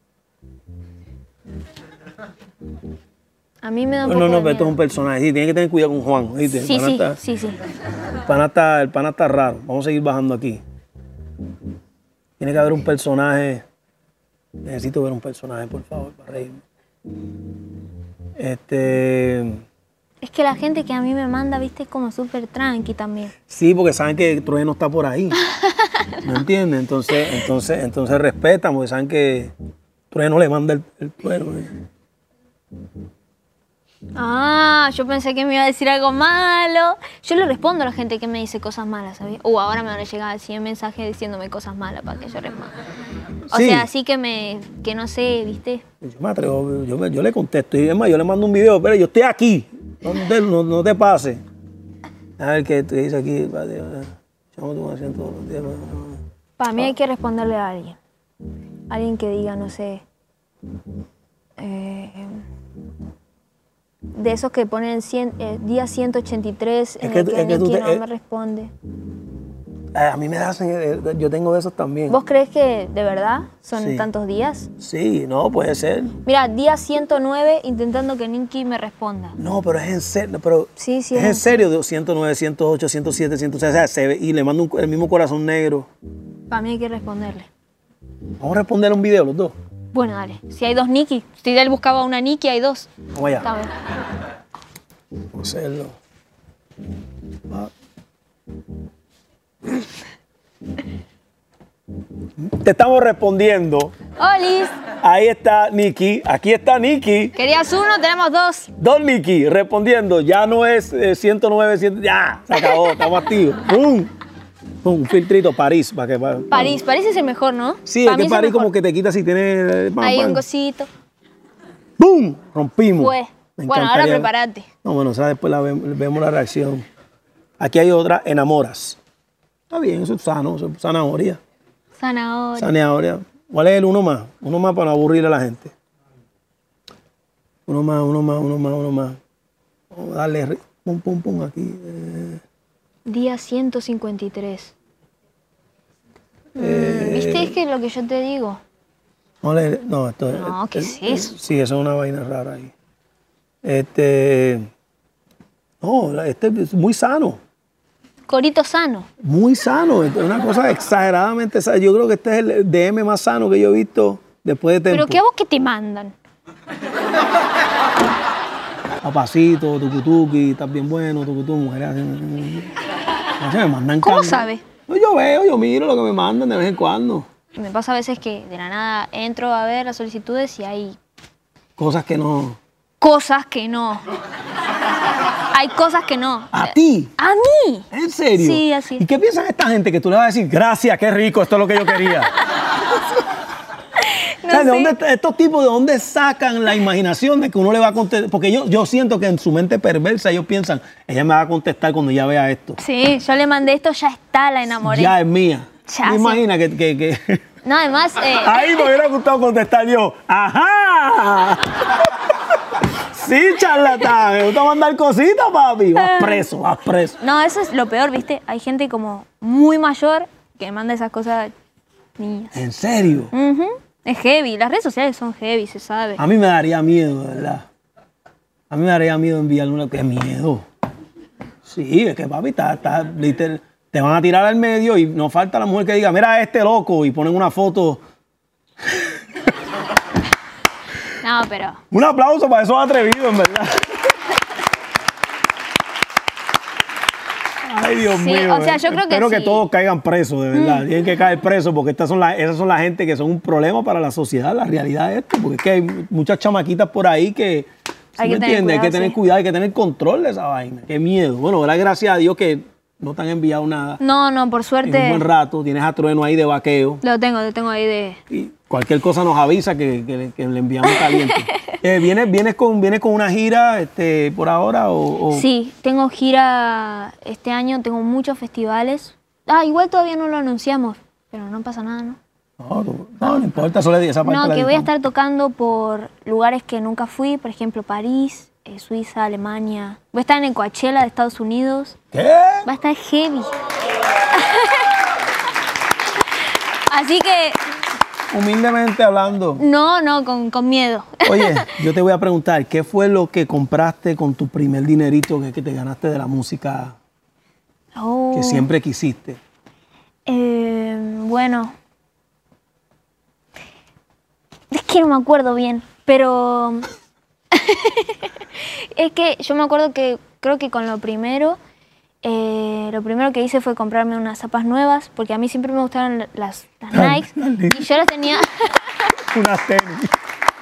A mí me da un No, poco no, no, de pero esto es miedo. un personaje. Sí, tiene que tener cuidado con Juan. ¿Oíste? El Sí, pana sí, está- sí, sí. El pana está, el pana está raro. Vamos a seguir bajando aquí. Tiene que haber un personaje. Necesito ver un personaje, por favor, para reírme. Este. Es que la gente que a mí me manda, viste, es como súper tranqui también. Sí, porque saben que Trueno está por ahí. ¿Me entiendes? Entonces, entonces, entonces respetan, porque saben que Trueno le manda el, el Trueno. ¿eh? Ah, yo pensé que me iba a decir algo malo. Yo le respondo a la gente que me dice cosas malas, ¿sabes? Uh, ahora me van a llegar cien mensajes diciéndome cosas malas para que yo les mande. O Sí. sea, así que me, que no sé, ¿viste? Yo me atrevo, yo, me- yo le contesto. Y es más, yo le mando un video, pero yo estoy aquí. No te, no, no te pases. A ver qué te dice aquí. Echamos tu canción todos los días. Para mí hay que responderle a alguien. Alguien que diga, no sé. eh, de esos que ponen cien, eh, día ciento ochenta y tres en Es que el tú- que es que tú Nicky te- no eh, me responde. Eh, A mí me hacen, eh, yo tengo de esos también. ¿Vos crees que de verdad son Sí. tantos días? Sí, no, puede ser. Mira, día ciento nueve intentando que Nicky me responda. No, pero es en serio. Pero Sí, sí, es es en en serio, de ciento nueve, ciento ocho, ciento siete, ciento seis. O sea, se ve, y le mando un- el mismo corazón negro. Para mí hay que responderle. Vamos a responder un video los dos. Bueno, dale. Si hay dos Nicky, si él buscaba una Nicky, hay dos. Vamos Está allá. bien. Vamos a hacerlo. Va. Te estamos respondiendo. ¡Olis! Ahí está Nicky. Aquí está Nicky. Querías uno, tenemos dos. Don Nicky respondiendo. Ya no es eh, ciento nueve, cien. Ya, se acabó. Estamos activos. ¡Pum! Pum, un filtrito París. Para que, para- París, París es el mejor, ¿no? Sí, Pa' es mí que el París mejor. como que te quita si tiene... eh, pam, Ahí pam. un cosito. ¡Bum! Rompimos. Fue. Me Bueno, ahora encantaría- prepárate. No, bueno, o sea, después la ve- vemos la reacción. Aquí hay otra, enamoras. Está bien, eso es sano, eso es zanahoria. Zanahoria. Zanahoria. ¿Cuál es el uno más? Uno más para no aburrir a la gente. Uno más, uno más, uno más, uno más. Vamos a darle ri- pum, pum, pum aquí. eh. Día ciento cincuenta y tres. Mm, Eh. ¿Viste? Es que lo que yo te digo. Vamos a leer- No, esto es- No, ¿qué es eso? Sí, eso es una vaina rara ahí. Este. No, este es muy sano. Corito sano. Muy sano, es una cosa exageradamente sana. Yo creo que este es el D M más sano que yo he visto después de tiempo. ¿Pero qué a vos que te mandan? Papacito, tucutuki, estás bien bueno, tucutú, mujeres hacen... No sé, me mandan ¿Cómo carne. sabe? No, yo veo, yo miro lo que me mandan de vez en cuando. Me pasa a veces que de la nada entro a ver las solicitudes y hay Cosas que no... cosas que no. Hay cosas que no. ¿A ti? ¿A mí? ¿En serio? Sí, así. ¿Y qué piensan esta gente que tú le vas a decir, gracias, qué rico, esto es lo que yo quería? O sea, ¿de sé. dónde, estos tipos, ¿de dónde sacan la imaginación de que uno le va a contestar? Porque yo, yo siento que en su mente perversa ellos piensan, ella me va a contestar cuando ya vea esto. Sí, yo le mandé esto, ya está, la enamoré. Ya es mía. Ya, ¿Me sí. imagina que, que, que... No, además... Eh, Ahí me hubiera gustado contestar yo. ¡Ajá! Sí, charlatán. Me gusta mandar cositas, papi. Vas preso, vas preso. no, eso es lo peor, ¿viste? Hay gente como muy mayor que manda esas cosas niñas. ¿En serio? Ujú. Es heavy, las redes sociales son heavy, se sabe. A mí me daría miedo, de verdad. A mí me daría miedo enviarle una... ¡Qué miedo! Sí, es que, papi, está, está, literal, te van a tirar al medio y no falta la mujer que diga, mira a este loco, y ponen una foto. No, pero... Un aplauso para esos atrevidos, en verdad. Ay, Dios Sí, mío. o sea, yo creo que Espero que sí. todos caigan presos, de verdad. Tienen que caer presos porque estas son las, esas son la gente que son un problema para la sociedad, la realidad es esto. Porque es que hay muchas chamaquitas por ahí que, ¿sí Hay me que tener entiendes? Hay que cuidado, tener sí. cuidado, hay que tener control de esa vaina. Qué miedo. Bueno, ¿verdad? Gracias a Dios que no te han enviado nada. No, no, por En un suerte buen rato, tienes a Trueno ahí de vaqueo. lo tengo, lo tengo ahí de... Y cualquier cosa nos avisa que, que- que le enviamos caliente. Eh, ¿vienes, vienes, con, ¿Vienes con una gira este, por ahora? O, o- Sí, tengo gira este año, tengo muchos festivales. Ah, igual todavía no lo anunciamos, pero no pasa nada, ¿no? No, no, no, no importa, solo esa parte No, la que voy a editamos. estar tocando por lugares que nunca fui, por ejemplo, París, eh, Suiza, Alemania. Voy a estar en el Coachella de Estados Unidos. ¿Qué? Va a estar heavy. Así que, Humildemente hablando. no, no, con, con miedo. Oye, yo te voy a preguntar, ¿qué fue lo que compraste con tu primer dinerito que, que te ganaste de la música Oh, que siempre quisiste? eh, bueno, es que no me acuerdo bien, pero es que yo me acuerdo que creo que con lo primero, eh, lo primero que hice fue comprarme unas zapas nuevas, porque a mí siempre me gustaron las, las Nikes y yo las tenía. Unas tenis.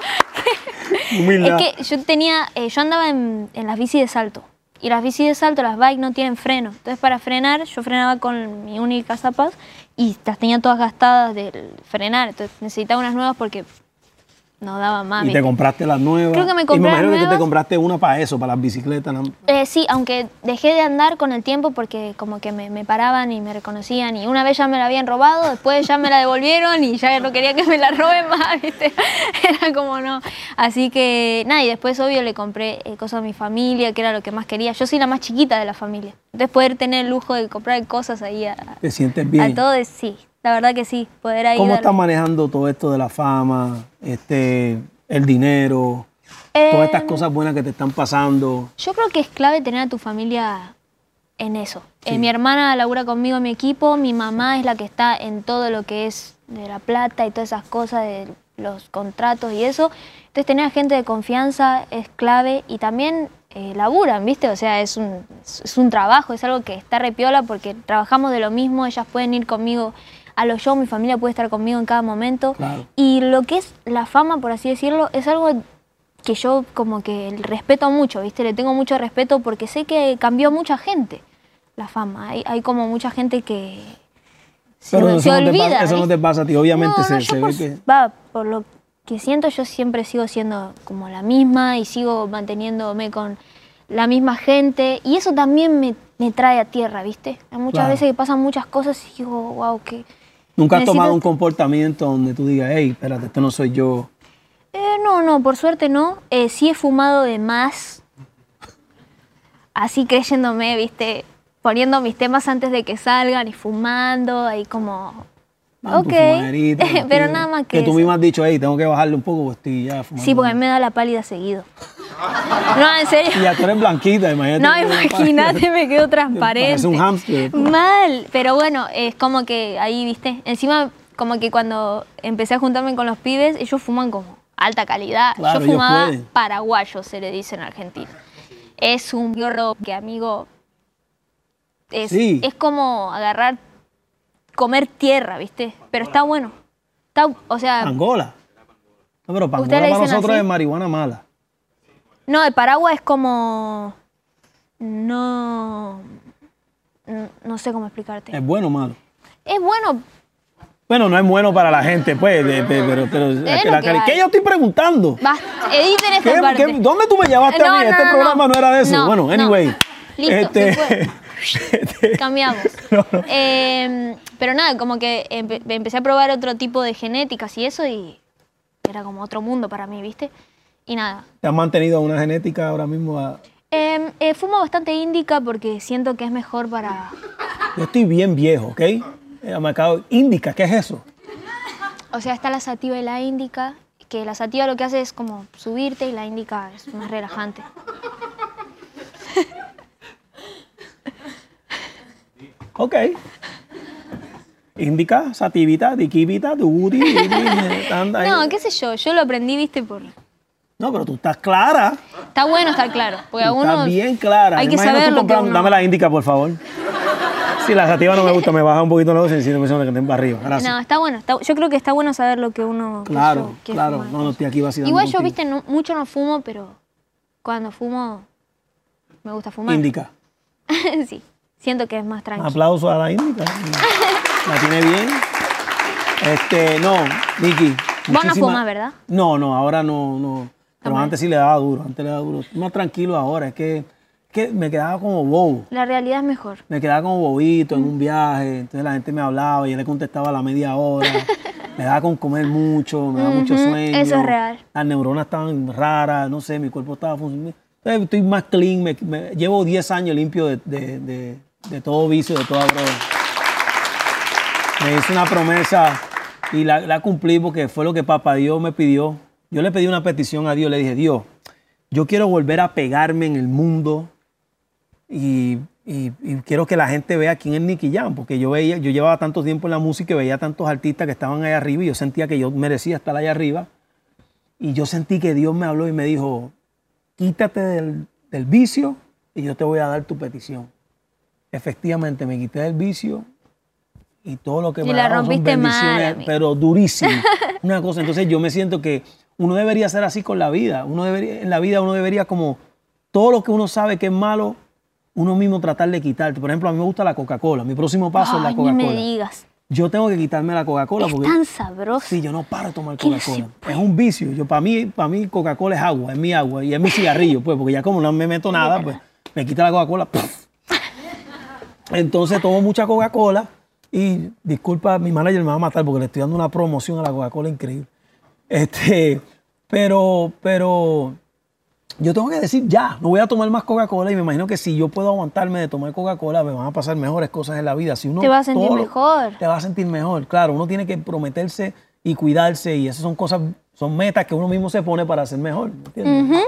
Es Humildad. que yo tenía, eh, yo andaba en, en las bicis de salto. Y las bicis de salto, las bikes no tienen freno. Entonces para frenar, yo frenaba con mi única zapas y las tenía todas gastadas del frenar. Entonces necesitaba unas nuevas porque no daba más. Y te ¿viste? compraste las nuevas. Creo que me Y compré me imagino las que tú te nuevas. compraste una para eso, para las bicicletas. ¿no? Eh, sí, aunque dejé de andar con el tiempo porque como que me, me paraban y me reconocían. Y una vez ya me la habían robado, después ya me la devolvieron y ya no quería que me la roben más, ¿viste? Era como no. Así que nada, y después obvio le compré eh, cosas a mi familia, que era lo que más quería. Yo soy la más chiquita de la familia. Entonces poder tener el lujo de comprar cosas ahí a, Te sientes a bien. todo, es- sí. La verdad que sí, poder ahí ¿Cómo darle- estás manejando todo esto de la fama, este, el dinero, Eh, todas estas cosas buenas que te están pasando? Yo creo que es clave tener a tu familia en eso. Eh, mi hermana labura conmigo en mi equipo, mi mamá es la que está en todo lo que es de la plata y todas esas cosas, de los contratos y eso. Entonces tener a gente de confianza es clave y también eh, laburan, ¿viste? O sea, es un, es un trabajo, es algo que está repiola porque trabajamos de lo mismo, ellas pueden ir conmigo a los shows, mi familia puede estar conmigo en cada momento. Claro. Y lo que es la fama, por así decirlo, es algo que yo como que respeto mucho, ¿viste? Le tengo mucho respeto porque sé que cambió mucha gente la fama. Hay, hay como mucha gente que se, Pero se eso, no te, olvida. pasa, eso no ¿viste? te pasa a ti, obviamente No, se, no, yo se por, ve que... va, por lo que siento, yo siempre sigo siendo como la misma y sigo manteniéndome con la misma gente. Y eso también me, me trae a tierra, ¿viste? Hay muchas Claro. veces que pasan muchas cosas y digo, wow, que... ¿Nunca has necesito- tomado un comportamiento donde tú digas, hey, espérate, esto no soy yo? Eh, no, no, por suerte no. Eh, sí he fumado de más. Así creyéndome, viste, poniendo mis temas antes de que salgan y fumando, ahí como... Ah, tu ok, fumaderita, pero aquí, nada más que Que tú eso. mismo has dicho, hey, tengo que bajarle un poco, pues estoy ya fumando. Sí, porque a mí me da la pálida seguido. No, en serio. Y ya tú eres blanquita, imagínate. No, que eres imagínate, me quedo Parece transparente. un hámster. Mal, pero bueno, es como que ahí, viste, encima como que cuando empecé a juntarme con los pibes, ellos fuman como alta calidad. Claro, Yo ellos fumaba pueden. paraguayo, se le dice en Argentina. Es un gorro que, amigo, es, Sí. es como agarrar, comer tierra, viste, pero está bueno. Está, o sea, Angola. No, pero para ¿Ustedes Angola le para dicen nosotros así? es marihuana mala. no, el paraguas es como... No... n- No sé cómo explicarte. Es bueno o malo. Es bueno, Bueno, no es bueno para la gente, pues, de- de- pero, pero la- lo la- que hay. ¿qué yo estoy preguntando? Basta, editen esta ¿Qué- parte. qué- ¿Dónde tú me llevaste a No, mí? no, Este no, programa no, no. era de eso. No, bueno, no. anyway. Listo, este, se puede. este, Cambiamos. No, no. Eh, pero nada, como que empe- empecé a probar otro tipo de genéticas y eso y era como otro mundo para mí, ¿viste? Y nada. ¿Te has mantenido una genética ahora mismo? a- Eh, eh, fumo bastante índica porque siento que es mejor para... Yo estoy bien viejo, ¿ok? Eh, me acabo... Índica, ¿qué es eso? O sea, está la sativa y la índica, que la sativa lo que hace es como subirte y la índica es más relajante. Ok. Indica, sativita, diquivita, duguti, No, qué sé yo, yo lo aprendí, ¿viste? Por... No, pero tú estás clara. Está bueno estar claro, porque a Tú uno... estás bien clara. Hay Me que imagino saber tú lo que comprando- uno... Dame la índica, por favor. Si la sativa no me gusta, me baja un poquito la dosis y siento que se me queden para arriba. Gracias. No, está bueno. está- yo creo que está bueno saber lo que uno... que Claro, yo- que claro. fuma. No, no estoy aquí vacilando Igual yo, contigo. viste, no- mucho no fumo, pero cuando fumo me gusta fumar. Índica. Sí, siento que es más Un tranquilo. aplauso a la índica. La tiene bien. Este, no, Vicky. Vos no muchísimas- fumas, ¿verdad? No, no, ahora no, no. Pero mal. antes sí le daba duro, antes le daba duro. Estoy más tranquilo ahora, es que, es que me quedaba como bobo. La realidad es mejor. Me quedaba como bobito en un viaje, entonces la gente me hablaba y yo le contestaba a la media hora. Me daba con comer mucho, me daba mucho Ujú, sueño. eso es real. Las neuronas estaban raras, no sé, mi cuerpo estaba funcionando. Entonces estoy más clean, me- me- llevo diez años limpio de, de- de- de todo vicio, de toda droga. Me hice una promesa y la, la cumplí porque fue lo que Papá Dios me pidió. Yo le pedí una petición a Dios, le dije, Dios, yo quiero volver a pegarme en el mundo y, y- y quiero que la gente vea quién es Nicky Jam, porque yo veía, yo llevaba tanto tiempo en la música y veía tantos artistas que estaban allá arriba y yo sentía que yo merecía estar allá arriba. Y yo sentí que Dios me habló y me dijo, quítate del, del vicio y yo te voy a dar tu petición. Efectivamente, me quité del vicio y todo lo que Y me la ha dado son rompiste mal, bendiciones, amigo. pero durísimo. Una cosa, entonces yo me siento que uno debería ser así con la vida. Uno debería, en la vida uno debería como todo lo que uno sabe que es malo, uno mismo tratar de quitarte. Por ejemplo, a mí me gusta la Coca-Cola. Mi próximo paso es la Ay, ni me Coca-Cola. digas. Yo tengo que quitarme la Coca-Cola Es porque tan sabroso. sí, yo no paro de tomar ¿Qué no Coca-Cola. se Es un vicio. Yo para mí, para mí Coca-Cola es agua, es mi agua y es mi cigarrillo, pues, porque ya como no me meto nada, pues me quita la Coca-Cola. ¡puf! Entonces tomo mucha Coca-Cola y disculpa, mi manager me va a matar porque le estoy dando una promoción a la Coca-Cola increíble. Este, pero, pero yo tengo que decir ya, no voy a tomar más Coca-Cola y me imagino que si yo puedo aguantarme de tomar Coca-Cola, me van a pasar mejores cosas en la vida. Si uno Te vas a sentir todo lo- mejor. Te vas a sentir mejor, claro. Uno tiene que prometerse y cuidarse y esas son cosas, son metas que uno mismo se pone para ser mejor. ¿Me entiendes?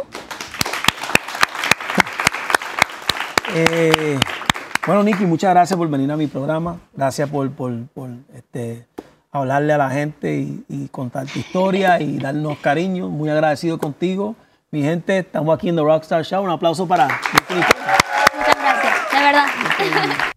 Eh, bueno, Nicky, muchas gracias por venir a mi programa. Gracias por, por, por, este, hablarle a la gente y, y contar tu historia y darnos cariño. Muy agradecido contigo. Mi gente, estamos aquí en The Rockstar Show. Un aplauso para Nicky Nicole. Muchas gracias, de verdad.